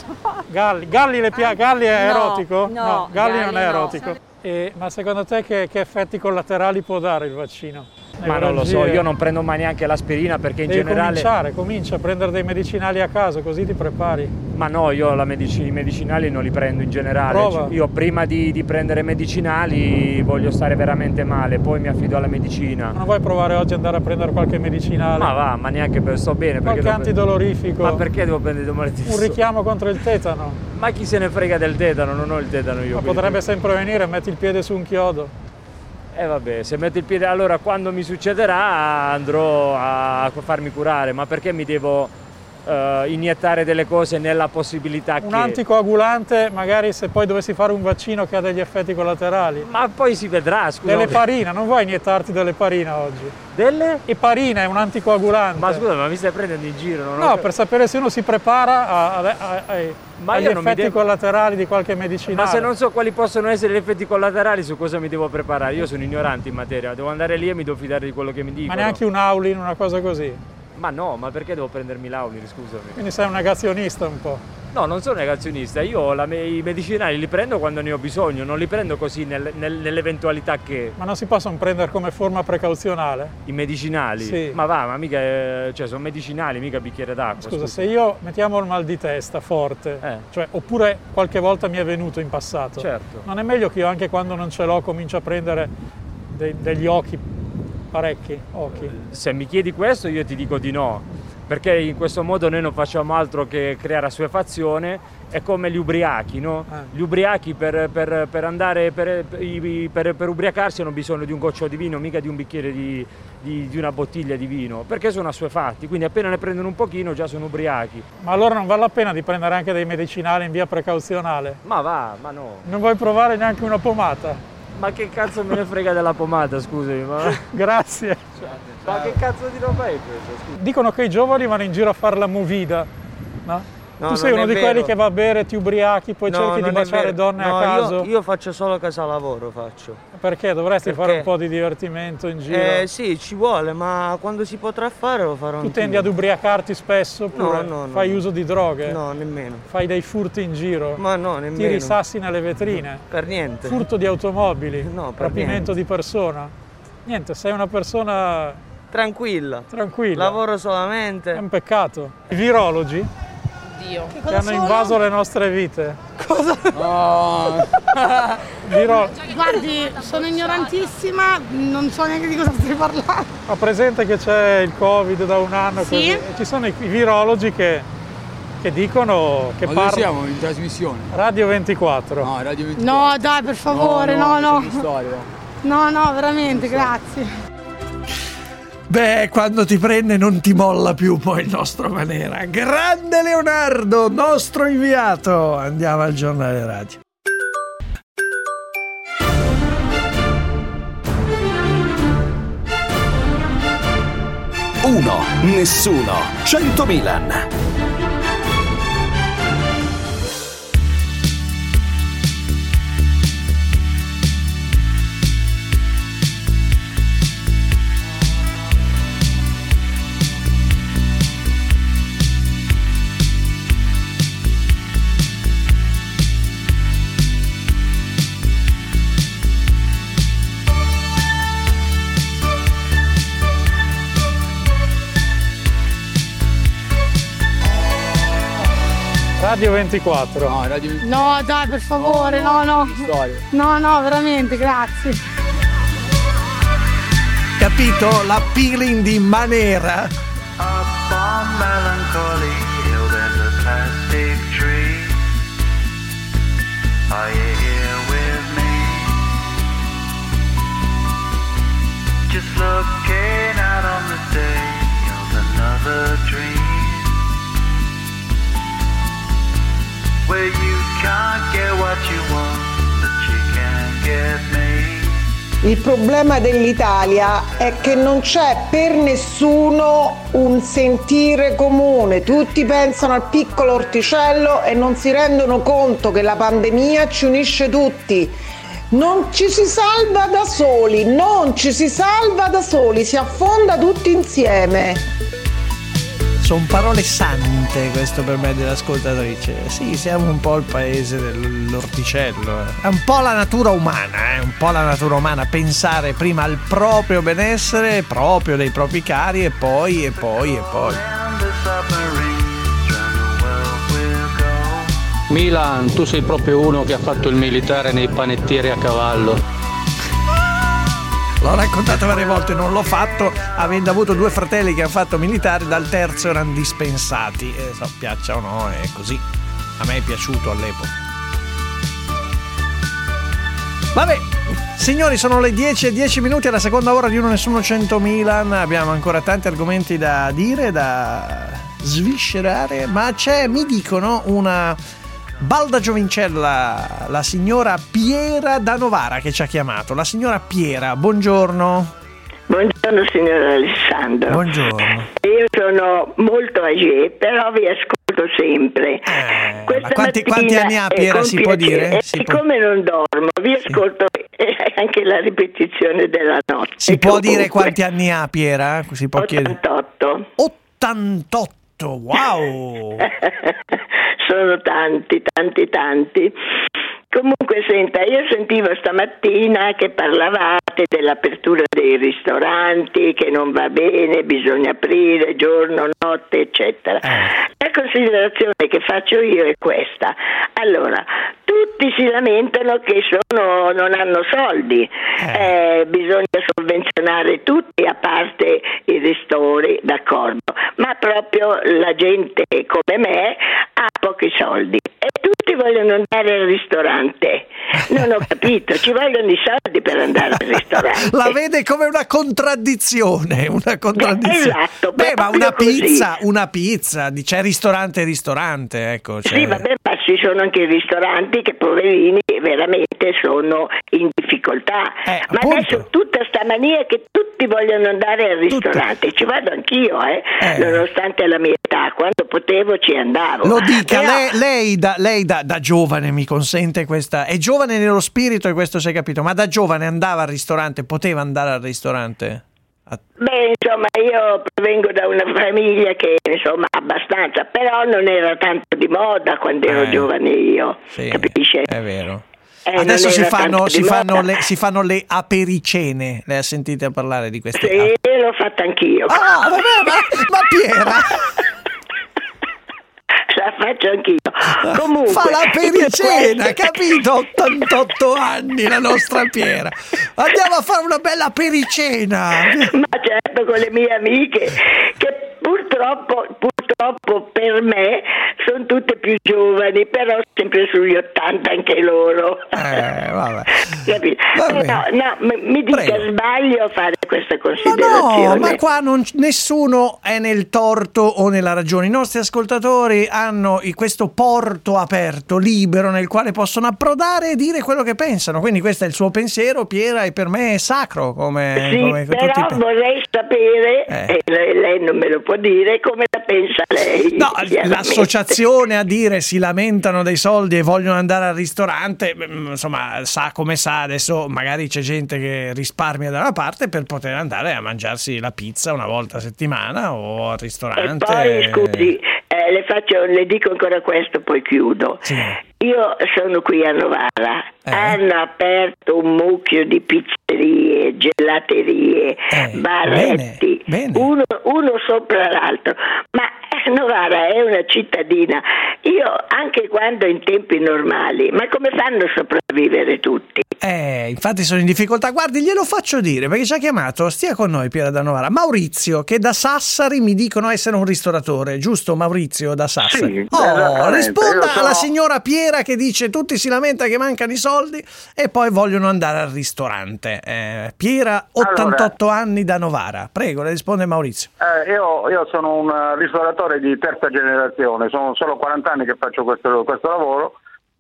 Galli le piace? Galli è erotico? No, Galli non è erotico. Ma secondo te che effetti collaterali può dare il vaccino? Ma non lo so, io non prendo mai neanche l'aspirina perché in generale... Comincia a prendere dei medicinali a caso, così ti prepari. Ma no, io i medicinali non li prendo in generale. Prova. Io prima di prendere medicinali voglio stare veramente male, poi mi affido alla medicina. Ma non vuoi provare oggi ad andare a prendere qualche medicinale? Ma neanche sto bene. Qualche antidolorifico? Ma perché devo prendere domani? Un richiamo contro il tetano? Ma chi se ne frega del tetano? Non ho il tetano io. Ma potrebbe sempre venire, metti il piede su un chiodo. Vabbè, se metto il piede, allora quando mi succederà andrò a farmi curare, ma perché mi devo iniettare delle cose nella possibilità un anticoagulante, magari se poi dovessi fare un vaccino che ha degli effetti collaterali? Ma poi si vedrà, scusa. Dell'eparina, non vuoi iniettarti dell'eparina oggi? Delle? Eparina è un anticoagulante. Ma scusa, ma mi stai prendendo in giro? No, per sapere se uno si prepara agli effetti collaterali di qualche medicinale. Ma se non so quali possono essere gli effetti collaterali, su cosa mi devo preparare? Io sono ignorante in materia, devo andare lì e mi devo fidare di quello che mi dicono. Ma neanche un Aulin, una cosa così? Ma no, ma perché devo prendermi l'Aulir, scusami? Quindi sei un negazionista un po'. No, non sono negazionista, io i medicinali li prendo quando ne ho bisogno, non li prendo così nell'eventualità che... Ma non si possono prendere come forma precauzionale? I medicinali? Sì. Ma mica, cioè sono medicinali, mica bicchiere d'acqua. Scusa, se io mettiamo il mal di testa forte, cioè, oppure qualche volta mi è venuto in passato, certo. Non è meglio che io anche quando non ce l'ho comincio a prendere degli occhi, parecchi occhi? Se mi chiedi questo io ti dico di no. Perché in questo modo noi non facciamo altro che creare assuefazione, è come gli ubriachi, no? Gli ubriachi per ubriacarsi hanno bisogno di un goccio di vino, mica di un bicchiere di una bottiglia di vino, perché sono assuefatti, quindi appena ne prendono un pochino già sono ubriachi. Ma allora non vale la pena di prendere anche dei medicinali in via precauzionale? Ma va, ma no. Non vuoi provare neanche una pomata? Ma che cazzo me ne frega della pomata, scusami, ma... Grazie. Ma che cazzo di roba è questa? Scusa. Dicono che i giovani vanno in giro a fare la movida, no? No, tu sei uno di vero. quelli che va a bere, ti ubriachi, poi cerchi di baciare donne a caso? Io faccio solo casa lavoro, faccio. Perché? Dovresti fare un po' di divertimento in giro? Sì, ci vuole, ma quando si potrà fare lo farò anch'io. Tu tendi ad ubriacarti spesso oppure No. fai uso di droghe? No, nemmeno. Fai dei furti in giro? Ma no, nemmeno. Tiri sassi nelle vetrine? Per niente. Furto di automobili? No, per rapimento di persona? Niente, sei una persona... Tranquilla. Tranquilla. Lavoro solamente. È un peccato. I virologi? Dio. Che hanno invaso le nostre vite. Cosa? Oh. Guardi, sono ignorantissima, non so neanche di cosa stai parlando. Ho presente che c'è il Covid da un anno, Sì. così. Ci sono i virologi che dicono che Ma dove siamo in trasmissione? Radio 24. No, Radio 24. No, dai, per favore, no. Storia. No, veramente, grazie. Beh, quando ti prende non ti molla più poi il nostro Manera. Grande Leonardo, nostro inviato. Andiamo al giornale radio. Uno, nessuno, 100 Milan. Radio 24. No, Radio 24. No, dai, per favore, no. Storia. No, veramente, grazie. Capito? L'appealing di Manera. Up on Melancholy Hill there's a plastic tree. Are you here with me? Just looking out on the day of another dream, where you can't get what you want, but you can get me. Il problema dell'Italia è che non c'è per nessuno un sentire comune, tutti pensano al piccolo orticello e non si rendono conto che la pandemia ci unisce tutti. Non ci si salva da soli, si affonda tutti insieme. Sono parole sante questo per me dell'ascoltatrice. Sì, siamo un po' il paese dell'orticello. È un po' la natura umana, pensare prima al proprio benessere, proprio dei propri cari e poi. Milan, tu sei proprio uno che ha fatto il militare nei panettieri a cavallo. L'ho raccontato varie volte, non l'ho fatto, avendo avuto 2 fratelli che hanno fatto militare, dal terzo erano dispensati. Piaccia o no, è così. A me è piaciuto all'epoca. Vabbè, signori, sono le 10:10 minuti alla seconda ora di Uno Nessuno 100 Milan. Abbiamo ancora tanti argomenti da dire, da sviscerare, ma c'è, mi dicono, una balda giovincella, la signora Piera da Novara che ci ha chiamato. La signora Piera, buongiorno. Buongiorno signor Alessandro. Buongiorno. Io sono molto âgée, però vi ascolto sempre. Ma quanti anni ha Piera, si può dire? Siccome non dormo, vi ascolto anche la ripetizione della notte. Si può dire quanti anni ha Piera? Si può 88. 88, wow! Sono tanti. Comunque senta, io sentivo stamattina che parlavate dell'apertura dei ristoranti, che non va bene, bisogna aprire giorno, notte, eccetera. La considerazione che faccio io è questa. Allora, tutti si lamentano che non hanno soldi, bisogna sovvenzionare tutti, a parte i ristori, d'accordo, ma proprio la gente come me ha pochi soldi e tutti vogliono andare al ristorante. Non ho capito, ci vogliono i soldi per andare al ristorante. La vede come una contraddizione. Esatto. Ma una pizza, c'è ristorante, ecco. Cioè... Sì, vabbè, ma ci sono anche i ristoranti che poverini veramente sono in difficoltà. Ma adesso tutta sta mania che tutti vogliono andare al ristorante, ci vado anch'io, nonostante la mia età, quando potevo ci andavo. Lo dica, lei da giovane, mi consente questa, è giovane nello spirito e questo si è capito, ma da giovane andava al ristorante, poteva andare al ristorante? Beh, insomma, io provengo da una famiglia che, insomma, abbastanza, però non era tanto di moda quando ero giovane io, sì, capisce? È vero. Adesso si fanno le apericene. Lei ha sentito parlare di queste? Sì, l'ho fatta anch'io. Ah, vabbè, ma Piera! La faccio anch'io. Comunque, fa la pericena, capito? 88 anni la nostra Piera. Andiamo a fare una bella pericena. Ma certo, con le mie amiche che purtroppo per me sono tutte più giovani, però sempre sugli 80 anche loro. Vabbè. No, mi dica, sbaglio a fare questa considerazione. Ma qua nessuno è nel torto o nella ragione. I nostri ascoltatori hanno questo porto aperto, libero, nel quale possono approdare e dire quello che pensano. Quindi questo è il suo pensiero, Piera, e per me è sacro. Come però tutti vorrei sapere, e lei non me lo può dire, come la pensa lei. No, l'associazione a dire si lamentano dei soldi e vogliono andare al ristorante, insomma, sa come sa, adesso magari c'è gente che risparmia da una parte per poter andare a mangiarsi la pizza una volta a settimana o al ristorante. E poi, scusi, le dico ancora questo, poi chiudo. Sì. Io sono qui a Novara, hanno aperto un mucchio di pizzerie, gelaterie, baretti, bene. Uno sopra l'altro, ma Novara è una cittadina. Io anche quando in tempi normali, ma come fanno a sopravvivere tutti? Infatti sono in difficoltà. Guardi, glielo faccio dire perché ci ha chiamato, stia con noi Piera da Novara, Maurizio, che da Sassari mi dicono essere un ristoratore, giusto Maurizio da Sassari? Sì, risponda alla signora Piera che dice tutti si lamenta che mancano i soldi e poi vogliono andare al ristorante. Piera, 88 anni da Novara, prego, le risponde Maurizio. Io sono un ristoratore di terza generazione, sono solo 40 anni che faccio questo lavoro.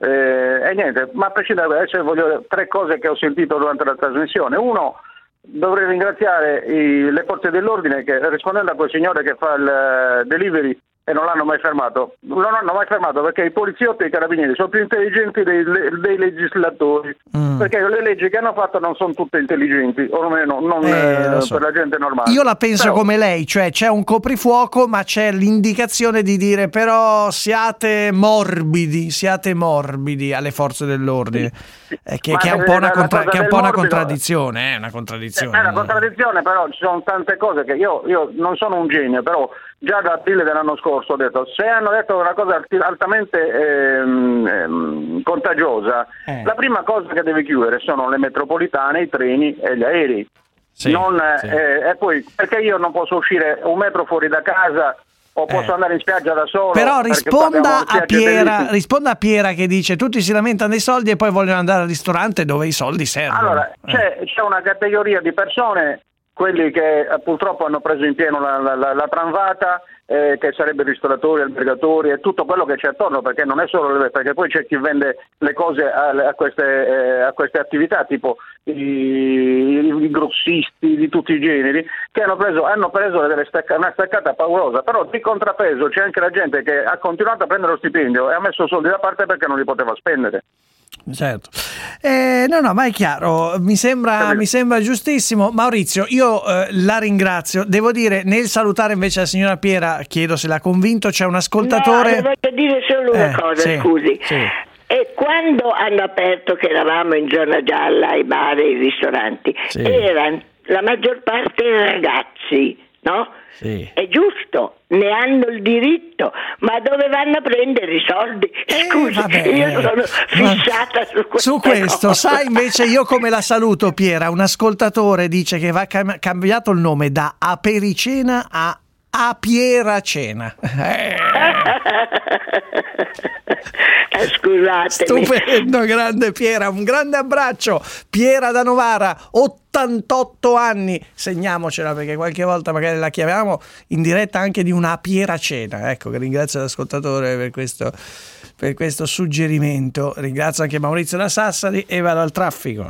E niente, ma a prescindere da questo voglio 3 cose che ho sentito durante la trasmissione. Uno, dovrei ringraziare le forze dell'ordine che, rispondendo a quel signore che fa il delivery e non l'hanno mai fermato, perché i poliziotti e i carabinieri sono più intelligenti dei legislatori, perché le leggi che hanno fatto non sono tutte intelligenti, o almeno non per la gente normale. Io la penso come lei, cioè c'è un coprifuoco ma c'è l'indicazione di dire però siate morbidi alle forze dell'ordine, che è un po' una contraddizione. È una contraddizione, però ci sono tante cose che io non sono un genio, però già da aprile dell'anno scorso ho detto, se hanno detto una cosa altamente contagiosa, la prima cosa che deve chiudere sono le metropolitane, i treni e gli aerei. E poi perché io non posso uscire un metro fuori da casa o posso andare in spiaggia da solo? Però risponda a Piera che dice tutti si lamentano dei soldi e poi vogliono andare al ristorante dove i soldi servono. Allora c'è una categoria di persone, quelli che purtroppo hanno preso in pieno la tramvata, che sarebbero ristoratori, albergatori e tutto quello che c'è attorno, perché non è solo perché poi c'è chi vende le cose a queste attività, tipo i grossisti di tutti i generi, che hanno preso una staccata paurosa. Però di contrappeso c'è anche la gente che ha continuato a prendere lo stipendio e ha messo soldi da parte perché non li poteva spendere. certo. No, ma è chiaro, mi sembra giustissimo. Maurizio, io la ringrazio. Devo dire, nel salutare invece la signora Piera, chiedo se l'ha convinto, c'è un ascoltatore... No, voglio dire solo una cosa, sì, scusi. Sì. E quando hanno aperto, che eravamo in zona gialla, i bar e i ristoranti, sì, erano la maggior parte ragazzi, no? Sì. È giusto, ne hanno il diritto, ma dove vanno a prendere i soldi? Scusi, io sono fissata su questo. Sai, invece io come la saluto, Piera, un ascoltatore dice che va cambiato il nome da Apericena a Apieracena. Scusatemi. Stupendo, grande Piera, un grande abbraccio. Piera da Novara, 88 anni, segniamocela perché qualche volta magari la chiamiamo in diretta anche di una Apieracena. Ecco, che ringrazio l'ascoltatore per questo suggerimento. Ringrazio anche Maurizio da Sassari e vado al traffico.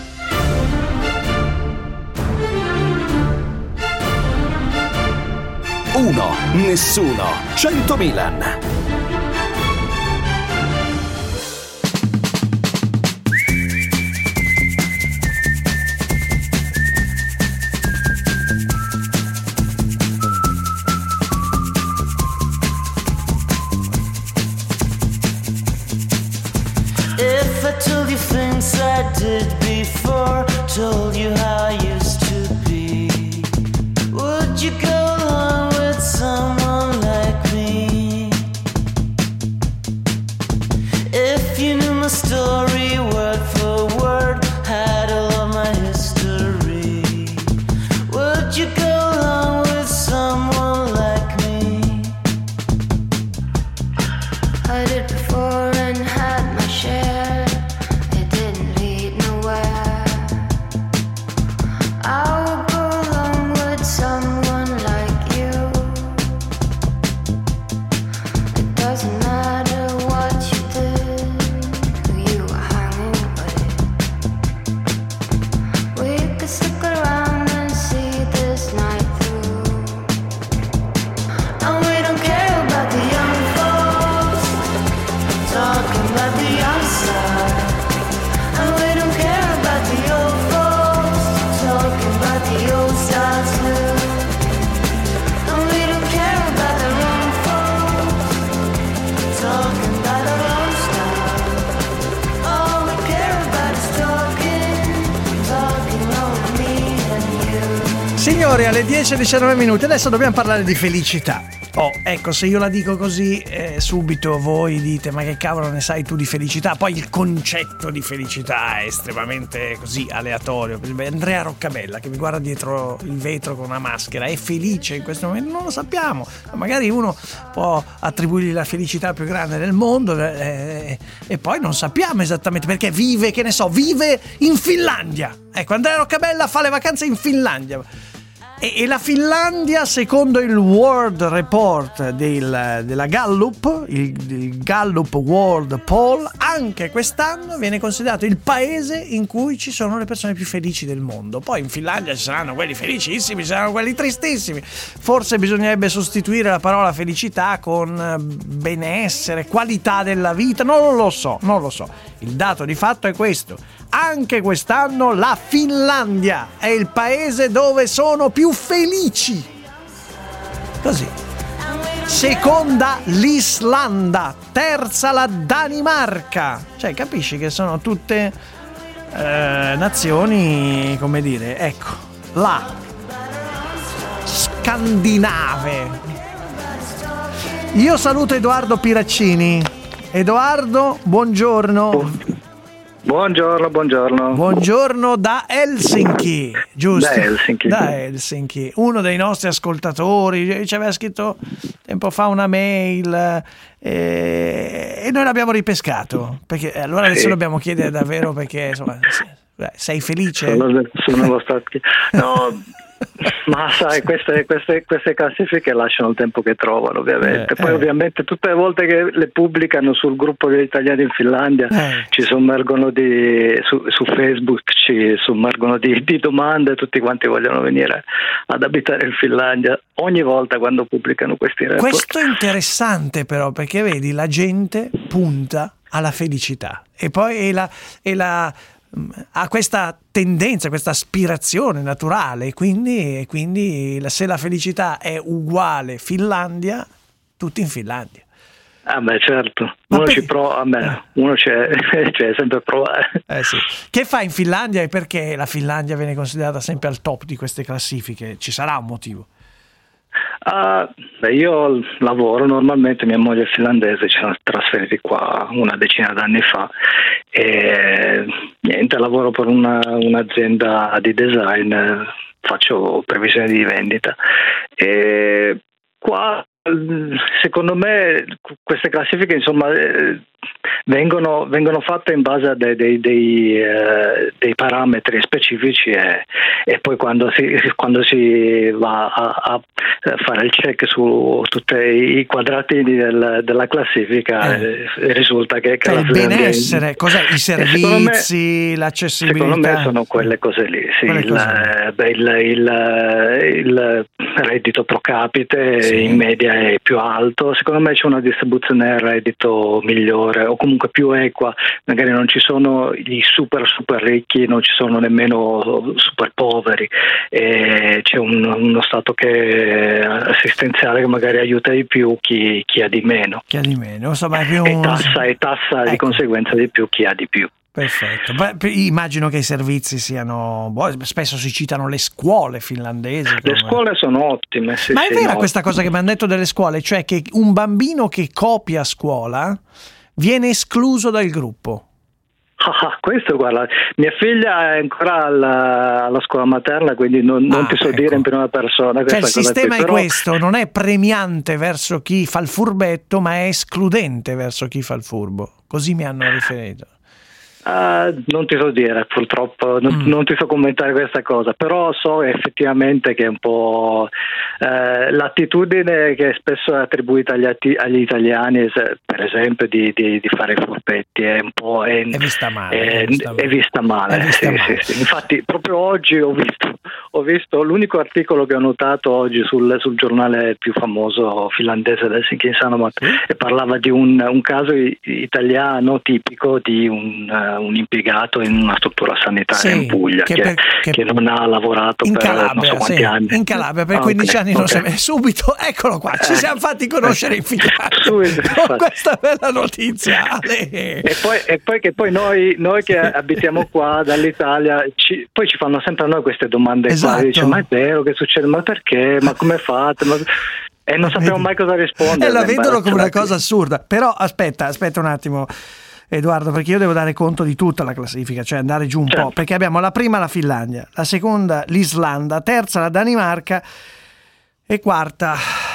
1, nessuno, 100 Milan. If I told you things I did before, told you how I used to be, would you go along with someone like me? If you knew my story word for word, had all of my history, would you go along with someone like me? I did before and had my share. It didn't lead nowhere. I would go along with someone like you. It doesn't matter what you did, who you were hanging with. We could stick around and see this night through. And we don't care about the young folks talking about the outside, and we don't care about the old folks talking about the old styles too, and we don't care about the wrong folks talking about our own style. All we care about is talking over me and you. Signori, alle 10:19 minuti, adesso dobbiamo parlare di felicità. Ecco, se io la dico così, subito voi dite: ma che cavolo ne sai tu di felicità? Poi il concetto di felicità è estremamente così aleatorio. Andrea Roccabella, che mi guarda dietro il vetro con una maschera, è felice in questo momento? Non lo sappiamo. Magari uno può attribuirgli la felicità più grande del mondo e poi non sappiamo esattamente perché vive, che ne so, vive in Finlandia. Ecco, Andrea Roccabella fa le vacanze in Finlandia. E la Finlandia, secondo il World Report della Gallup, il Gallup World Poll, anche quest'anno viene considerato il paese in cui ci sono le persone più felici del mondo. Poi in Finlandia ci saranno quelli felicissimi, ci saranno quelli tristissimi. Forse bisognerebbe sostituire la parola felicità con benessere, qualità della vita, non lo so. Il dato di fatto è questo. Anche quest'anno la Finlandia è il paese dove sono più felici. Così. Seconda l'Islanda, terza la Danimarca. Cioè, capisci che sono tutte nazioni, come dire, ecco, là, scandinave. Io saluto Edoardo Piraccini. Edoardo, buongiorno. Buongiorno. Buongiorno da Helsinki, giusto? Da Helsinki. Uno dei nostri ascoltatori ci aveva scritto tempo fa una mail e noi l'abbiamo ripescato. Perché allora adesso dobbiamo chiedere davvero, perché insomma, sei felice? Sono stati. No. Ma sai, queste classifiche lasciano il tempo che trovano, ovviamente. Poi ovviamente tutte le volte che le pubblicano sul gruppo degli italiani in Finlandia ci sommergono su Facebook, ci sommergono di domande, tutti quanti vogliono venire ad abitare in Finlandia ogni volta quando pubblicano questi report. Questo è interessante però, perché vedi, la gente punta alla felicità. E poi ha questa tendenza, questa aspirazione naturale, quindi se la felicità è uguale Finlandia, tutti in Finlandia. Ah beh, certo, uno ci prova, uno c'è sempre provare. Sì. Che fa in Finlandia e perché la Finlandia viene considerata sempre al top di queste classifiche? Ci sarà un motivo? Io lavoro normalmente, mia moglie è finlandese, ci siamo trasferiti qua una decina d'anni fa e niente, lavoro per un'azienda di design, faccio previsioni di vendita e qua secondo me queste classifiche insomma vengono fatte in base a dei parametri specifici e poi quando si va a fare il check su tutti i quadratini della classifica risulta che il benessere, cos'è? I servizi, l'accessibilità, secondo me sono quelle cose lì, sì, il reddito pro capite in media è più alto, secondo me c'è una distribuzione del reddito migliore o comunque più equa, magari non ci sono i super ricchi, non ci sono nemmeno super poveri, e c'è uno stato assistenziale che magari aiuta di più chi ha di meno. Insomma, è più... e tassa di conseguenza di più chi ha di più. Perfetto. Beh, immagino che i servizi siano spesso si citano le scuole finlandesi. Le scuole sono ottime. Ma è vera questa cosa che mi hanno detto delle scuole, cioè che un bambino che copia a scuola viene escluso dal gruppo? Questo, guarda, mia figlia è ancora alla scuola materna, quindi non ti so dire in prima persona. Cioè il sistema è questo, non è premiante verso chi fa il furbetto, ma è escludente verso chi fa il furbo. Così mi hanno riferito. Non ti so dire, purtroppo non ti so commentare questa cosa, però so effettivamente che è un po' l'attitudine che spesso è attribuita agli italiani, per esempio di fare i furbetti, è un po' è vista male. Sì. Infatti proprio oggi ho visto l'unico articolo che ho notato oggi sul giornale più famoso finlandese, Helsingin Sanomat, e parlava di un caso italiano tipico di un impiegato in una struttura sanitaria in Puglia che non ha lavorato in per Calabria, non so quanti anni. In Calabria per 15 anni non si vede. Subito, eccolo qua, ci siamo fatti conoscere in Finlandia con questa bella notizia. E poi noi che abitiamo qua dall'Italia poi ci fanno sempre a noi queste domande qua, dice, ma è vero che succede, ma perché, ma come fate, e non sappiamo mai cosa rispondere. E la vedono come una cosa assurda. Però aspetta un attimo, Edoardo, perché io devo dare conto di tutta la classifica, cioè andare giù un po', perché abbiamo la prima la Finlandia, la seconda l'Islanda, terza la Danimarca e quarta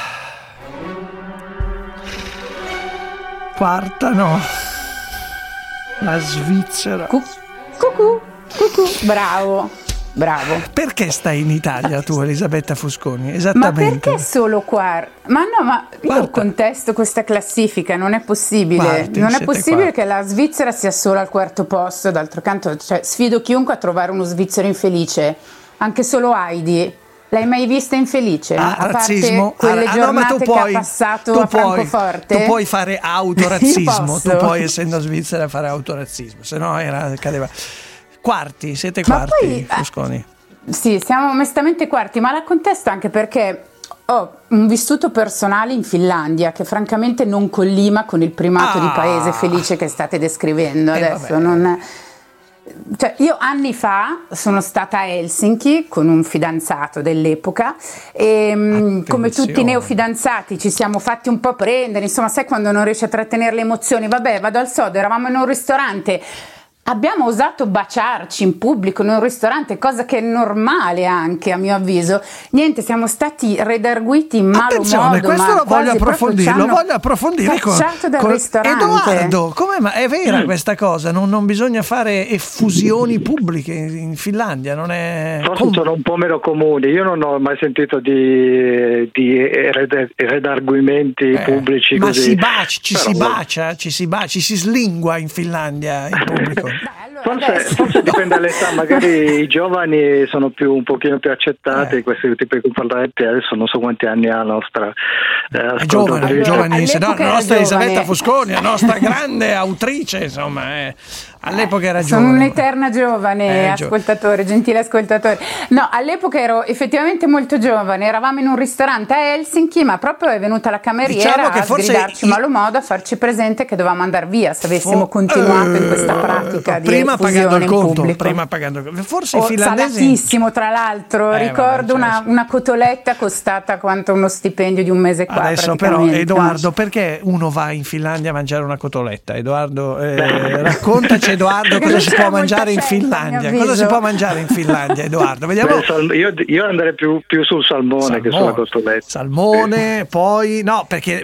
no, la Svizzera. Cucù, bravo. Perché stai in Italia tu, Elisabetta Fusconi? Esattamente. Ma perché solo quarta? Ma io contesto questa classifica, non è possibile. Non è possibile che la Svizzera sia solo al quarto posto. D'altro canto, sfido chiunque a trovare uno svizzero infelice, anche solo Heidi. L'hai mai vista infelice? A razzismo? Parte quelle giornate che ha passato a Francoforte? Tu puoi fare autorazzismo, tu puoi, essendo svizzera, fare autorazzismo, se no cadeva. Siete quarti, Fusconi? Sì, siamo onestamente quarti, ma la contesto anche perché ho un vissuto personale in Finlandia che francamente non collima con il primato di paese felice che state descrivendo adesso. Io anni fa sono stata a Helsinki con un fidanzato dell'epoca e come tutti i neofidanzati ci siamo fatti un po' prendere, insomma, sai quando non riesci a trattenere le emozioni, vado al sodo, eravamo in un ristorante. Abbiamo osato baciarci in pubblico in un ristorante, cosa che è normale anche a mio avviso. Niente, siamo stati redarguiti in malo modo. Questo lo voglio approfondire dal ristorante. Edoardo, come mai è vera questa cosa? Non bisogna fare effusioni pubbliche in Finlandia, non è... Forse sono un po' meno comuni. Io non ho mai sentito di redarguimenti pubblici. Ma così. ci si bacia, ci si slingua in Finlandia in pubblico. Forse dipende dall'età, magari i giovani sono un pochino più accettati, questi tipi di comportamenti. Adesso non so quanti anni ha la nostra giovanissima, la nostra Elisabetta Fusconi, la nostra grande autrice, insomma, all'epoca era giovane. Sono un'eterna giovane, ascoltatore, gentile ascoltatore. No, all'epoca ero effettivamente molto giovane, eravamo in un ristorante a Helsinki, ma proprio è venuta la cameriera a sgridarci malo modo, a farci presente che dovevamo andare via se avessimo continuato in questa pratica di effusione in pubblico. Prima pagando il conto, forse i finlandesi... Salatissimo, tra l'altro, ricordo una cotoletta costata quanto uno stipendio di un mese qua. Adesso però, Edoardo, perché uno va in Finlandia a mangiare una cotoletta? Edoardo, raccontaci, Edoardo, cosa si può mangiare in Finlandia? Cosa si può mangiare in Finlandia, Edoardo? Vediamo. Io andrei più sul salmone che sulla cotoletta. Salmone, poi no, perché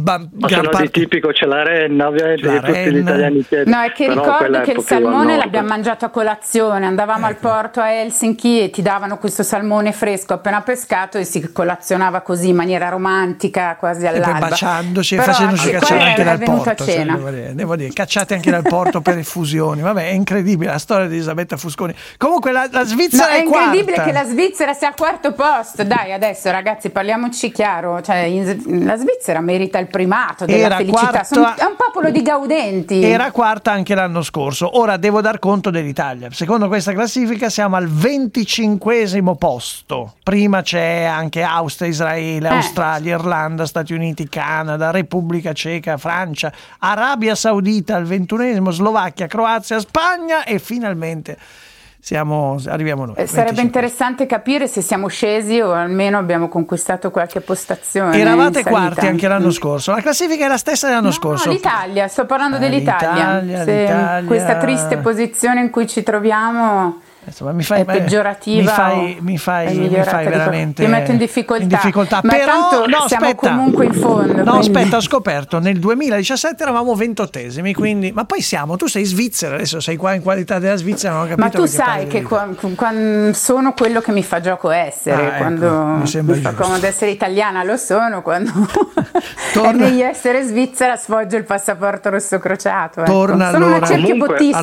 di tipico c'è la renna, ovviamente, che tutti gli italiani chiedono. No, è che ricordo che il salmone l'abbiamo mangiato a colazione, andavamo al porto a Helsinki e ti davano questo salmone fresco appena pescato e si colazionava così in maniera romantica, quasi all'alba. E poi baciandoci e facendoci cacciare anche dal porto. Devo dire, cacciate anche dal porto per effusioni. Vabbè, è incredibile la storia di Elisabetta Fusconi. Comunque la Svizzera è quarta. È incredibile che la Svizzera sia al quarto posto. Dai, adesso ragazzi, parliamoci chiaro, cioè la Svizzera merita il primato della felicità. È un popolo di gaudenti. Era quarta anche l'anno scorso. Ora devo dar conto dell'Italia. Secondo questa classifica siamo al 25° posto. Prima c'è anche Austria, Israele, Australia, Irlanda, Stati Uniti, Canada, Repubblica Ceca, Francia, Arabia Saudita al 21°, Slovacchia, Croazia, Spagna e finalmente arriviamo noi. Sarebbe interessante capire se siamo scesi o almeno abbiamo conquistato qualche postazione. Eravate quarti anche l'anno scorso. La classifica è la stessa dell'anno scorso. L'Italia, sto parlando dell'Italia. L'Italia. Questa triste posizione in cui ci troviamo è peggiorativa. Mi fai veramente. Ti metto in difficoltà. Ma però tanto siamo comunque in fondo. No, aspetta, ho scoperto nel 2017 eravamo 28esimi, quindi ma poi tu sei Svizzera, adesso sei qua in qualità della Svizzera, non ho capito. Ma tu sai che quando sono quello che mi fa gioco essere, quando mi fa comodo essere italiana lo sono, quando è meglio essere svizzera sfoggio il passaporto rosso crociato. Torna sono allora. una cerchiobottista,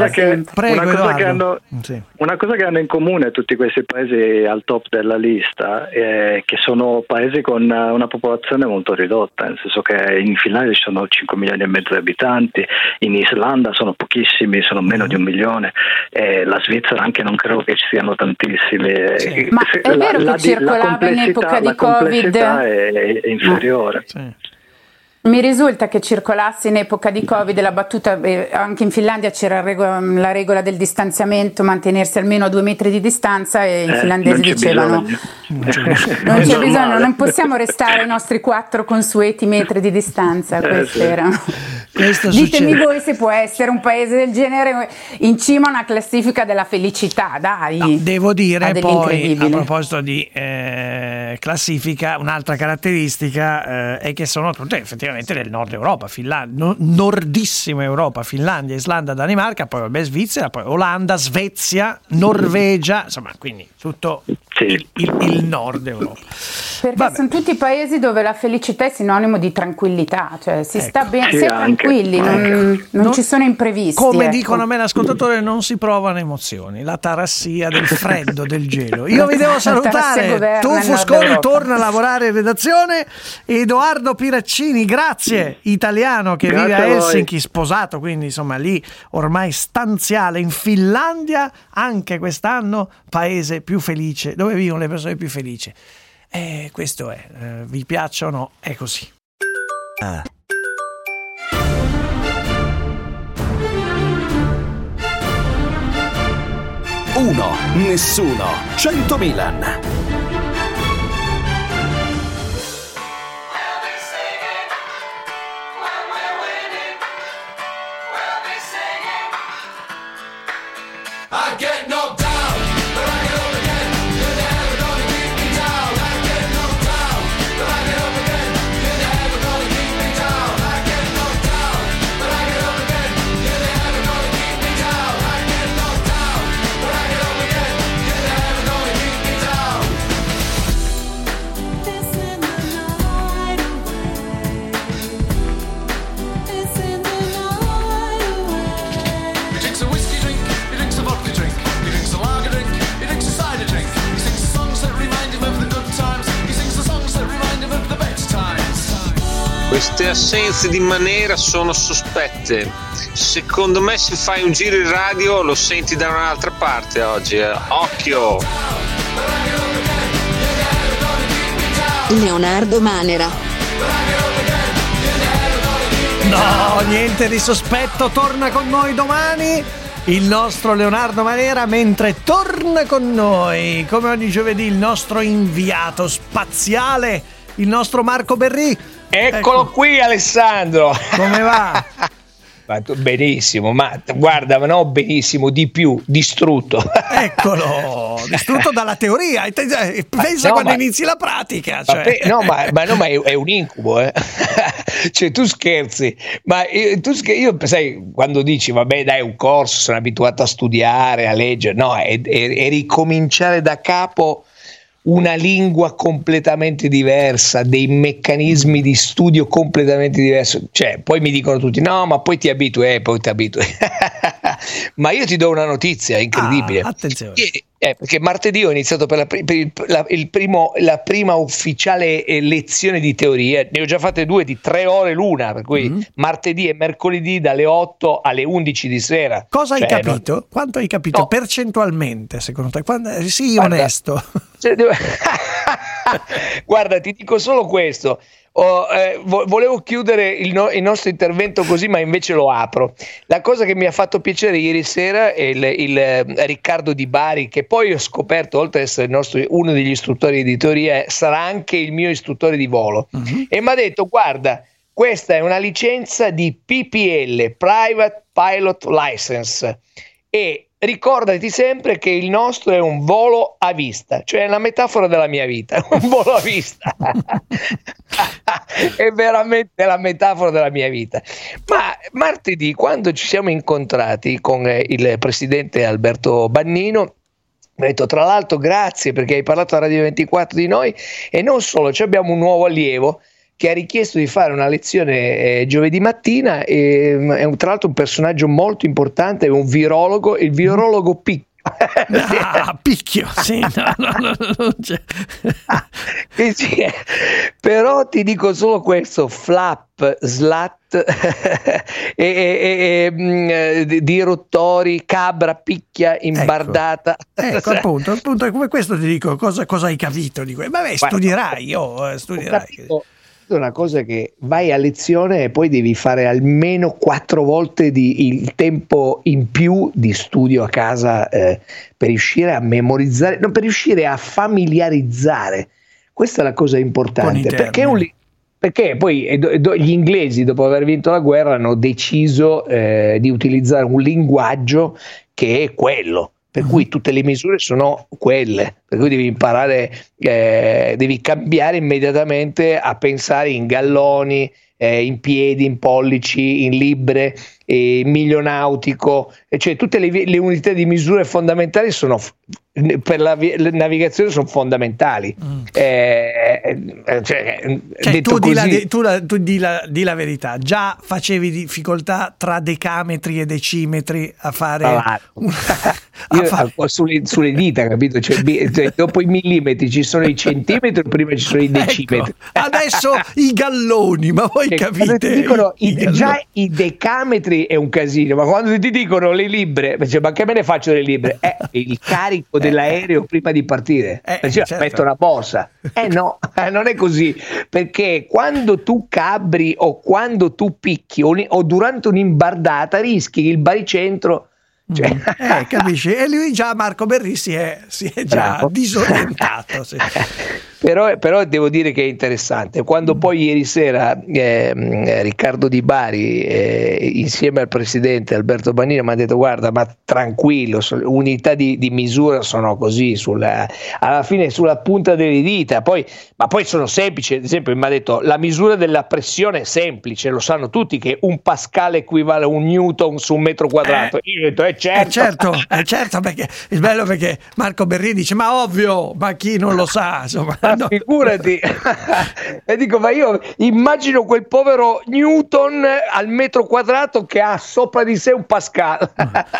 Una cosa che hanno in comune tutti questi paesi al top della lista è che sono paesi con una popolazione molto ridotta, nel senso che in Finlandia ci sono 5 milioni e mezzo di abitanti, in Islanda sono pochissimi, sono meno di 1 milione, la Svizzera anche non credo che ci siano tantissimi. Sì. Ma è vero che circolava in epoca di Covid? È inferiore. Mi risulta che circolasse in epoca di Covid la battuta, anche in Finlandia c'era la regola del distanziamento, mantenersi almeno a 2 metri di distanza e i finlandesi dicevano non c'è bisogno, non possiamo restare ai nostri 4 consueti metri di distanza. Ditemi voi se può essere un paese del genere in cima a una classifica della felicità, dai. No, devo dire poi, a proposito di classifica, un'altra caratteristica è che sono tutte effettivamente del nord Europa, nordissima Europa, Finlandia, Islanda, Danimarca, poi vabbè Svizzera, poi Olanda, Svezia, Norvegia, insomma, quindi tutto il nord Europa. Perché sono tutti paesi dove la felicità è sinonimo di tranquillità, cioè si sta bene, si è tranquilli, non ci sono imprevisti. Come dicono a me l'ascoltatore, non si provano emozioni, la tarassia del freddo, del gelo. Io vi devo salutare, tu Fusconi torna a lavorare in redazione, Edoardo Piraccini, grazie, italiano che vive a Helsinki, sposato, quindi insomma lì ormai stanziale in Finlandia, anche quest'anno paese più felice, dove vivono le persone più felici. Questo è, vi piaccia o no, è così. 1, nessuno, 100 Milan. Takes a whiskey drink queste assenze di maniera sono sospette. Secondo me se fai un giro in radio lo senti da un'altra parte oggi. Occhio! Leonardo Manera. No, niente di sospetto, torna con noi domani il nostro Leonardo Manera, mentre torna con noi, come ogni giovedì, il nostro inviato spaziale, il nostro Marco Berrì. Eccolo qui, Alessandro. Come va? Benissimo, ma guarda, ma no, benissimo, di più, distrutto. Eccolo, distrutto dalla teoria. Pensa quando inizi la pratica. Cioè. Ma è un incubo, eh. Cioè, tu scherzi, ma io sai, quando dici vabbè dai, un corso, sono abituato a studiare, a leggere, no, è ricominciare da capo una lingua completamente diversa, dei meccanismi di studio completamente diversi. Cioè, poi mi dicono tutti no, ma poi ti abitui. Ma io ti do una notizia incredibile. Attenzione. Perché martedì ho iniziato per la prima ufficiale lezione di teoria. Ne ho già fatte 2 di 3 ore l'una, per cui martedì e mercoledì dalle 8 alle 11 di sera. Cosa hai capito? Quanto hai capito percentualmente, secondo te? Sii onesto. Guarda, ti dico solo questo. Volevo chiudere il nostro intervento così, ma invece lo apro. La cosa che mi ha fatto piacere ieri sera è il Riccardo Di Bari, che poi ho scoperto, oltre ad essere uno degli istruttori di teoria, sarà anche il mio istruttore di volo. E mi ha detto: guarda, questa è una licenza di PPL, Private Pilot License, e ricordati sempre che il nostro è un volo a vista, cioè è la metafora della mia vita, un volo a vista. È veramente la metafora della mia vita. Ma martedì, quando ci siamo incontrati con il presidente Alberto Bannino, mi ha detto: tra l'altro grazie perché hai parlato a Radio 24 di noi, e non solo, abbiamo un nuovo allievo che ha richiesto di fare una lezione giovedì mattina, è tra l'altro un personaggio molto importante, è un virologo, il virologo Picchio. Picchio, sì, no, sì, però ti dico solo questo: flap, slat, dirottori, cabra, picchia, imbardata. Ecco appunto, è come questo. Ti dico cosa hai capito di questo. Vabbè, studierai. Una cosa che vai a lezione e poi devi fare almeno 4 volte il tempo in più di studio a casa per riuscire a memorizzare, per riuscire a familiarizzare. Questa è la cosa importante, perché poi gli inglesi, dopo aver vinto la guerra, hanno deciso di utilizzare un linguaggio che è quello. Per cui tutte le misure sono quelle, per cui devi imparare, devi cambiare immediatamente a pensare in galloni, in piedi, in pollici, in libbre, in miglio nautico, cioè tutte le unità di misure fondamentali sono per la navigazione, sono fondamentali. Tu di la verità, già facevi difficoltà tra decametri e decimetri a fare sulle dita, capito? Cioè, dopo i millimetri ci sono i centimetri, prima ci sono i decimetri. Adesso i galloni, ma voi capite? Dicono già i decametri è un casino, ma quando ti dicono le libbre, ma che me ne faccio delle libbre? Il carico dell'aereo prima di partire, certo. Metto una borsa. No, non è così, perché quando tu cabri o quando tu picchi o durante un'imbardata rischi il baricentro. Capisci? E lui già, Marco Berrì, si è già disorientato. Sì. Però devo dire che è interessante. Quando poi ieri sera Riccardo Di Bari insieme al presidente Alberto Bannino mi ha detto: guarda, ma tranquillo, unità di misura sono così alla fine sulla punta delle dita, ma poi sono semplici. Ad esempio mi ha detto: la misura della pressione è semplice, lo sanno tutti che un pascal equivale a un newton su un metro quadrato. Io ho detto certo, perché il bello, perché Marco Berrì dice: ma ovvio, ma chi non lo sa, insomma. Ma figurati. E dico, ma io immagino quel povero Newton al metro quadrato che ha sopra di sé un Pascal.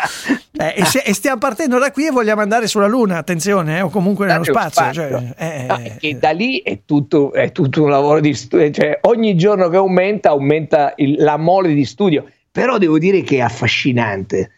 E stiamo partendo da qui e vogliamo andare sulla Luna, attenzione, o comunque nello spazio. E da lì è tutto un lavoro di studio, cioè ogni giorno che aumenta la mole di studio, però devo dire che è affascinante,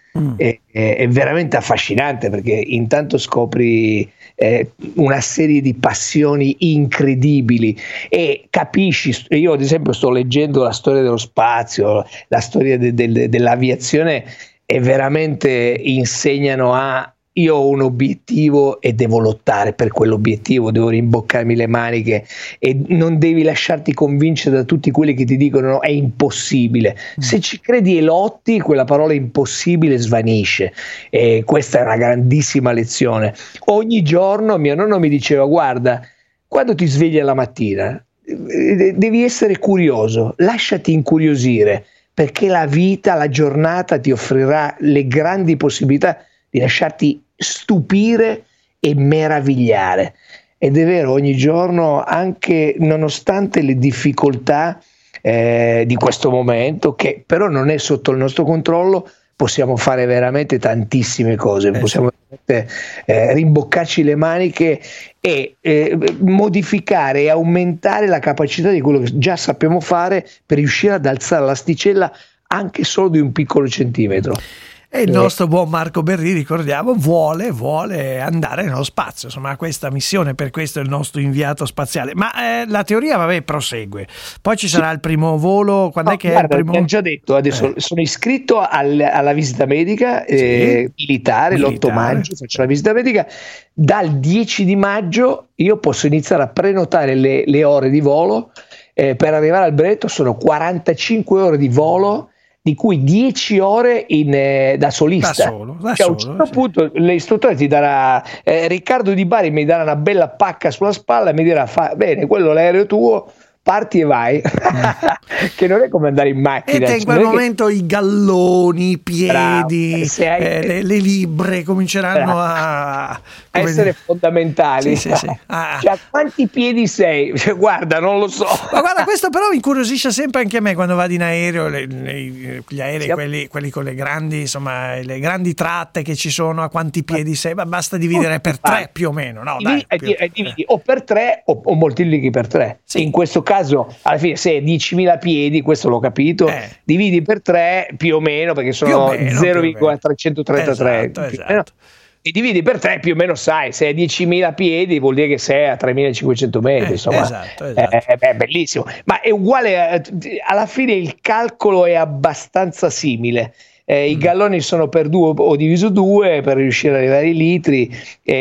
è veramente affascinante, perché intanto scopri una serie di passioni incredibili e capisci. Io ad esempio sto leggendo la storia dello spazio, la storia dell'aviazione, e veramente insegnano io ho un obiettivo e devo lottare per quell'obiettivo, devo rimboccarmi le maniche e non devi lasciarti convincere da tutti quelli che ti dicono no, è impossibile. Se ci credi e lotti, quella parola impossibile svanisce, e questa è una grandissima lezione. Ogni giorno mio nonno mi diceva: guarda, quando ti svegli alla mattina devi essere curioso, lasciati incuriosire, perché la vita, la giornata ti offrirà le grandi possibilità di lasciarti stupire e meravigliare. Ed è vero, ogni giorno, anche nonostante le difficoltà di questo momento, che però non è sotto il nostro controllo, possiamo fare veramente tantissime cose, possiamo rimboccarci le maniche e modificare e aumentare la capacità di quello che già sappiamo fare per riuscire ad alzare l'asticella anche solo di un piccolo centimetro. E il nostro buon Marco Berri, ricordiamo, vuole andare nello spazio, insomma, ha questa missione, per questo è il nostro inviato spaziale. Ma la teoria, prosegue. Poi ci sarà il primo volo, quando è che guarda, è il primo? Mi hanno già detto, adesso sono iscritto alla visita medica militare, l'8 maggio faccio la visita medica. Dal 10 di maggio io posso iniziare a prenotare le ore di volo, per arrivare al brevetto sono 45 ore di volo, di cui 10 ore da solista. A un certo punto l'istruttore ti darà, Riccardo Di Bari mi darà una bella pacca sulla spalla e mi dirà: bene, quello è l'aereo tuo, parti e vai. Che non è come andare in macchina. E in quel momento i galloni, i piedi, le libre cominceranno a essere fondamentali. Sì. Cioè, quanti piedi sei? Cioè, guarda, non lo so. Ma guarda, questo però mi incuriosisce sempre anche a me quando vado in aereo, gli aerei, quelli con le grandi, insomma, le grandi tratte che ci sono, a quanti piedi sei? Ma basta dividere per 3 più o meno, no? Dividi o per 3 o moltiplichi per 3. Sì. In questo caso, alla fine, se è 10.000 piedi, questo l'ho capito, dividi per 3 più o meno, perché sono 0,333. Esatto. E dividi per 3 più o meno, sai, se è 10.000 piedi vuol dire che sei a 3.500 metri, insomma. Esatto. Bellissimo. Ma è uguale, alla fine il calcolo è abbastanza simile. I galloni sono per 2 o diviso 2 per riuscire ad arrivare ai litri,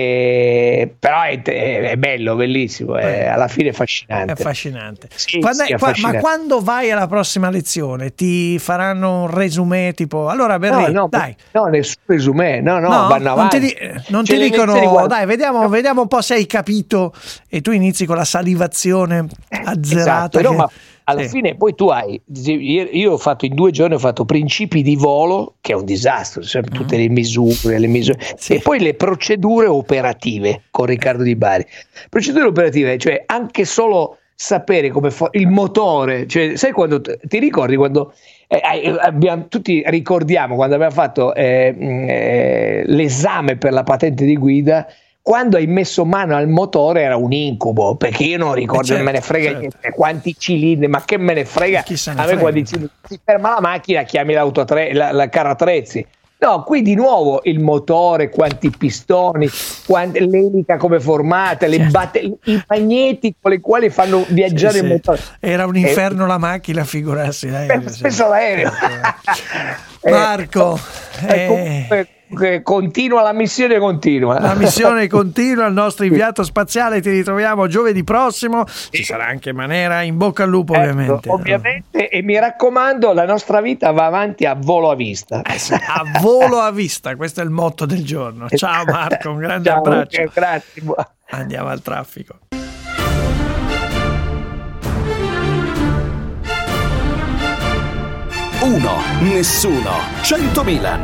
però è bello, bellissimo, alla fine è affascinante. È affascinante. Sì, ma quando vai alla prossima lezione ti faranno un resumé tipo allora Berri, dai. No, nessun resumé, vanno avanti. Non ti dicono dai, vediamo un po' se hai capito, e tu inizi con la salivazione azzerata. Esatto, ma alla fine poi tu hai, io ho fatto in 2 giorni, ho fatto principi di volo, che è un disastro, tutte le misure, e poi le procedure operative con Riccardo Di Bari. Procedure operative, cioè anche solo sapere come il motore, cioè sai quando ti ricordi quando tutti ricordiamo quando abbiamo fatto l'esame per la patente di guida, quando hai messo mano al motore era un incubo, perché io non ricordo, non me ne frega niente, quanti cilindri, ma che me ne frega, a me quando si ferma la macchina chiami la carro attrezzi. No, qui di nuovo il motore, quanti pistoni, l'elica come formata, i magneti con i quali fanno viaggiare il motore. Era un inferno la macchina, figurarsi l'aereo. Spesso l'aereo. Marco, continua la missione, La missione continua, il nostro inviato spaziale, ti ritroviamo giovedì prossimo, ci sarà anche Manera, in bocca al lupo ovviamente, e mi raccomando, la nostra vita va avanti a volo a vista. A volo a vista, questo è il motto del giorno. Ciao Marco, un grande abbraccio. Grazie. Andiamo al traffico. Uno, nessuno, 100 Milan.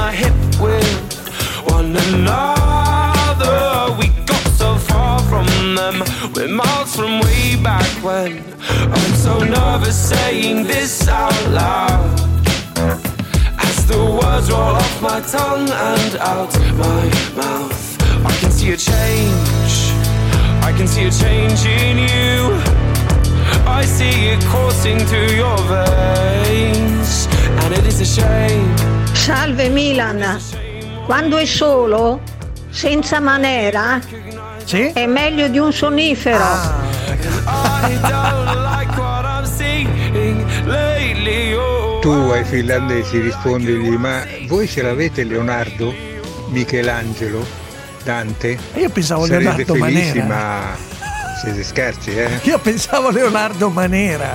our hip with one another. We got so far from them, we're miles from way back when. I'm so nervous saying this out loud, as the words roll off my tongue and out my mouth. I can see a change, I can see a change in you. I see it coursing through your veins, and it is a shame. Salve Milan, quando è solo, senza manera, sì? È meglio di un sonnifero. Tu ai finlandesi rispondi, ma voi ce l'avete Leonardo, Michelangelo, Dante? Io pensavo Sarete Leonardo felici, Manera. ma siete scherzi, eh? Io pensavo Leonardo Manera.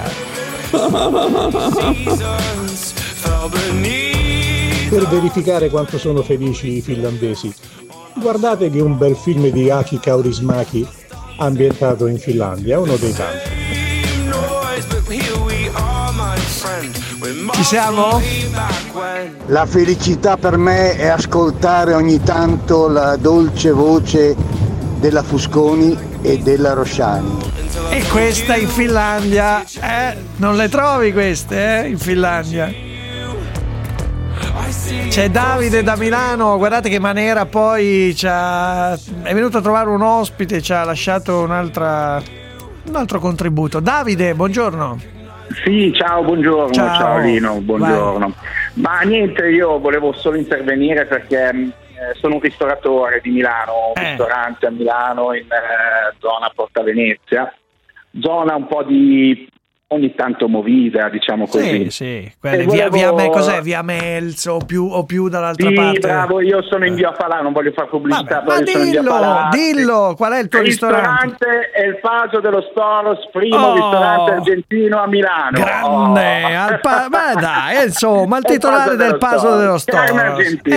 Per verificare quanto sono felici i finlandesi, guardate che un bel film di Aki Kaurismäki ambientato in Finlandia, uno dei tanti. Ci siamo? La felicità per me è ascoltare ogni tanto la dolce voce della Fusconi e della Rosciani. E questa in Finlandia, non le trovi queste, in Finlandia? C'è Davide da Milano, guardate che Manera poi è venuto a trovare un ospite, ci ha lasciato un altro contributo. Davide, buongiorno. Sì, ciao, buongiorno, ciao Lino, buongiorno. Vai. Ma niente, io volevo solo intervenire perché sono un ristoratore di Milano, un ristorante a Milano in zona Porta Venezia, zona un po' di ogni tanto movida, diciamo così. Sì, quelle cos'è? Via Melzo o più dall'altra parte? Sì, bravo, io sono in via Falà, non voglio fare pubblicità. Ma dillo, qual è il tuo ristorante? Il ristorante è il Paso dello Storos, primo ristorante argentino a Milano. Grande, ma dai, insomma, il titolare del Paso dello Storos.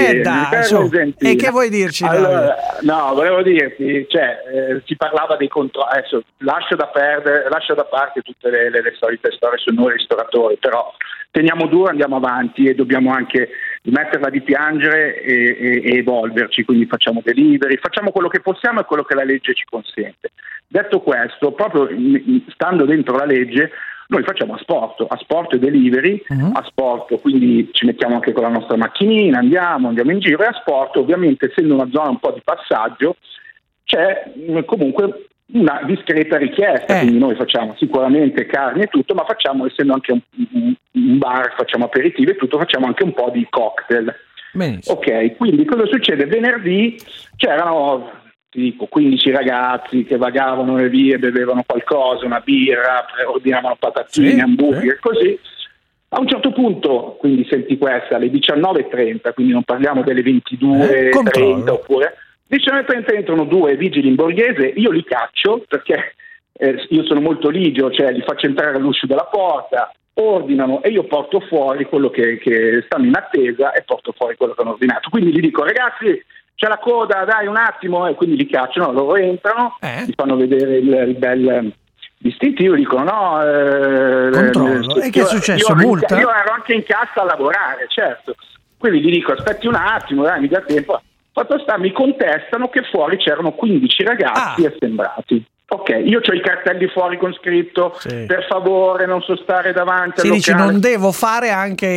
E che vuoi dirci? Allora, no, volevo dirti, si parlava dei controlli, adesso lascia da parte tutte le solite storie su noi ristoratori, però teniamo duro, andiamo avanti e dobbiamo anche smetterla di piangere e evolverci, quindi facciamo delivery, facciamo quello che possiamo e quello che la legge ci consente. Detto questo, proprio stando dentro la legge, noi facciamo asporto e delivery, asporto, quindi ci mettiamo anche con la nostra macchinina, andiamo in giro, e asporto, ovviamente essendo una zona un po' di passaggio, c'è comunque una discreta richiesta, quindi noi facciamo sicuramente carne e tutto, ma facciamo, essendo anche un bar, facciamo aperitivi e tutto, facciamo anche un po' di cocktail. Benissimo. Ok, quindi cosa succede? Venerdì c'erano, ti dico, 15 ragazzi che vagavano le vie, bevevano qualcosa, una birra, ordinavano patatine, hamburger, così. A un certo punto, quindi senti questa, alle 19:30, quindi non parliamo delle 22:30 oppure 19:30 entrano due vigili in borghese, io li caccio perché io sono molto ligio, cioè li faccio entrare all'uscio della porta, ordinano e io porto fuori quello che stanno in attesa e porto fuori quello che hanno ordinato. Quindi gli dico: ragazzi, c'è la coda, dai un attimo, e quindi li cacciano, loro entrano, gli fanno vedere il bel distintivo, dicono no, controllo. E che è successo? Multa? Io ero anche in cassa a lavorare, certo. Quindi gli dico: aspetti un attimo, dai, mi dà tempo. Fatto sta, mi contestano che fuori c'erano 15 ragazzi assembrati. Ok, io ho i cartelli fuori con scritto per favore non so stare davanti al locale. Dici non devo fare anche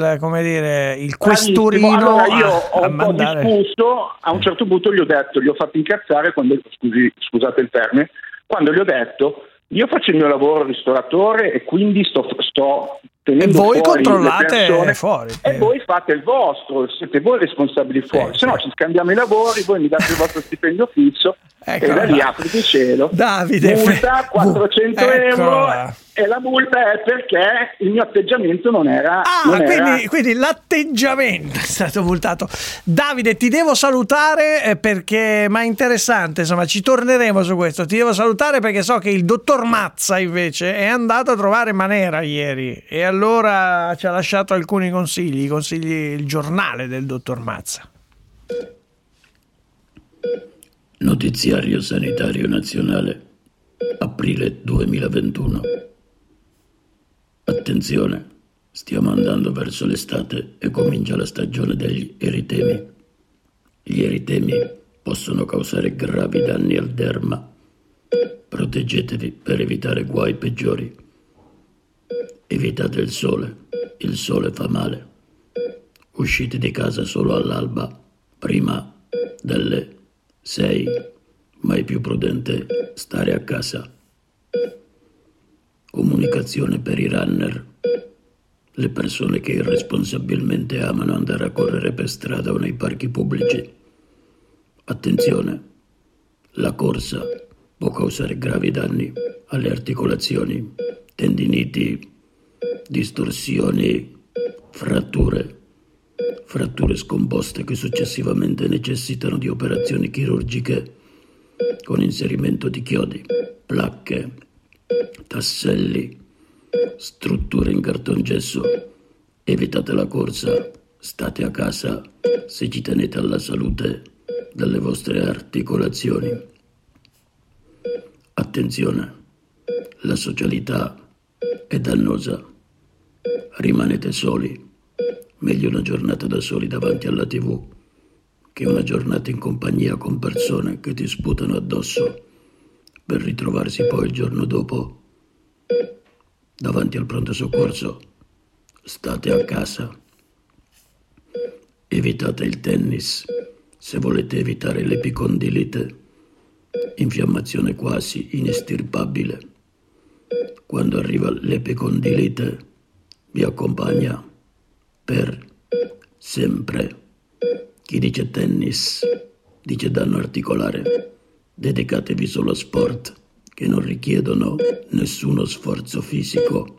il questurino. Allora io ho un po' discusso, a un certo punto gli ho fatto incazzare quando, scusate il termine, quando gli ho detto: io faccio il mio lavoro ristoratore e quindi sto tenendo fuori, e voi controllate fuori, e voi fate il vostro, siete voi responsabili fuori, se no ci scambiamo i lavori, voi mi date il vostro stipendio fisso, e da lì aprite il cielo. Davide, multa 400 euro, e la multa è perché il mio atteggiamento non era quindi l'atteggiamento è stato multato. Davide, ti devo salutare perché ma è interessante, insomma ci torneremo su questo. Ti devo salutare perché so che il dottor Mazza invece è andato a trovare Manera ieri e allora ci ha lasciato alcuni consigli, il giornale del dottor Mazza. Notiziario sanitario nazionale, aprile 2021. Attenzione, Stiamo andando verso l'estate e comincia la stagione degli eritemi. Gli eritemi possono causare gravi danni al derma. Proteggetevi per evitare guai peggiori. Evitate il sole fa male. Uscite di casa solo all'alba, prima delle 6, ma è più prudente stare a casa. Comunicazione per i runner. Le persone che irresponsabilmente amano andare a correre per strada o nei parchi pubblici. Attenzione, la corsa può causare gravi danni alle articolazioni, tendiniti, distorsioni, fratture scomposte che successivamente necessitano di operazioni chirurgiche con inserimento di chiodi, placche, tasselli, strutture in cartongesso. Evitate la corsa, state a casa se ci tenete alla salute delle vostre articolazioni. Attenzione, la socialità è dannosa. Rimanete soli. Meglio una giornata da soli davanti alla TV che una giornata in compagnia con persone che ti sputano addosso per ritrovarsi poi il giorno dopo davanti al pronto soccorso. State a casa. Evitate il tennis se volete evitare l'epicondilite, infiammazione quasi inestirpabile. Quando arriva l'epicondilite vi accompagna per sempre. Chi dice tennis dice danno articolare. Dedicatevi solo a sport che non richiedono nessuno sforzo fisico.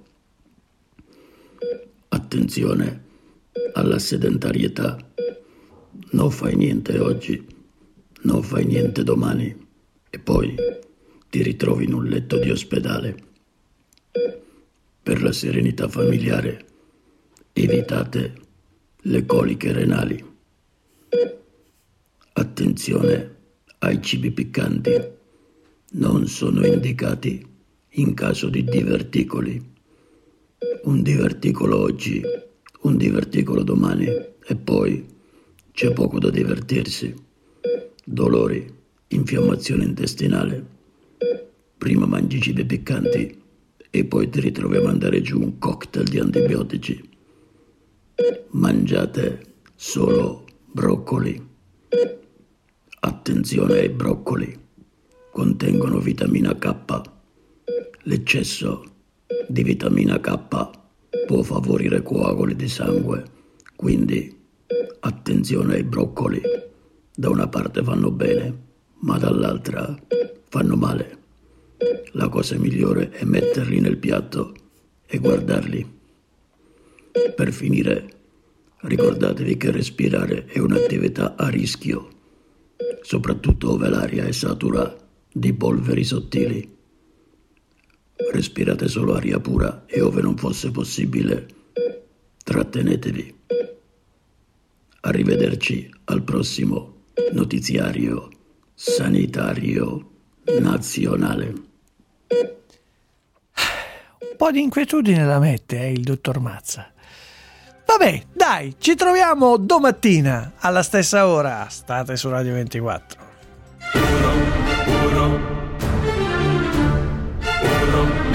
Attenzione alla sedentarietà. Non fai niente oggi, non fai niente domani e poi ti ritrovi in un letto di ospedale. Per la serenità familiare evitate le coliche renali. Attenzione ai cibi piccanti. Non sono indicati in caso di diverticoli. Un diverticolo oggi, un diverticolo domani e poi c'è poco da divertirsi. Dolori, infiammazione intestinale. Prima mangi cibi piccanti e poi ti ritrovi a mandare giù un cocktail di antibiotici. Mangiate solo broccoli. Attenzione ai broccoli. Contengono vitamina K. L'eccesso di vitamina K può favorire coaguli di sangue, quindi attenzione ai broccoli. Da una parte fanno bene, ma dall'altra fanno male. La cosa migliore è metterli nel piatto e guardarli. Per finire, ricordatevi che respirare è un'attività a rischio, soprattutto ove l'aria è satura di polveri sottili. Respirate solo aria pura e ove non fosse possibile, trattenetevi. Arrivederci al prossimo notiziario sanitario nazionale. Un po' di inquietudine la mette, il dottor Mazza. Vabbè, dai, ci troviamo domattina alla stessa ora. State su Radio 24. Uno.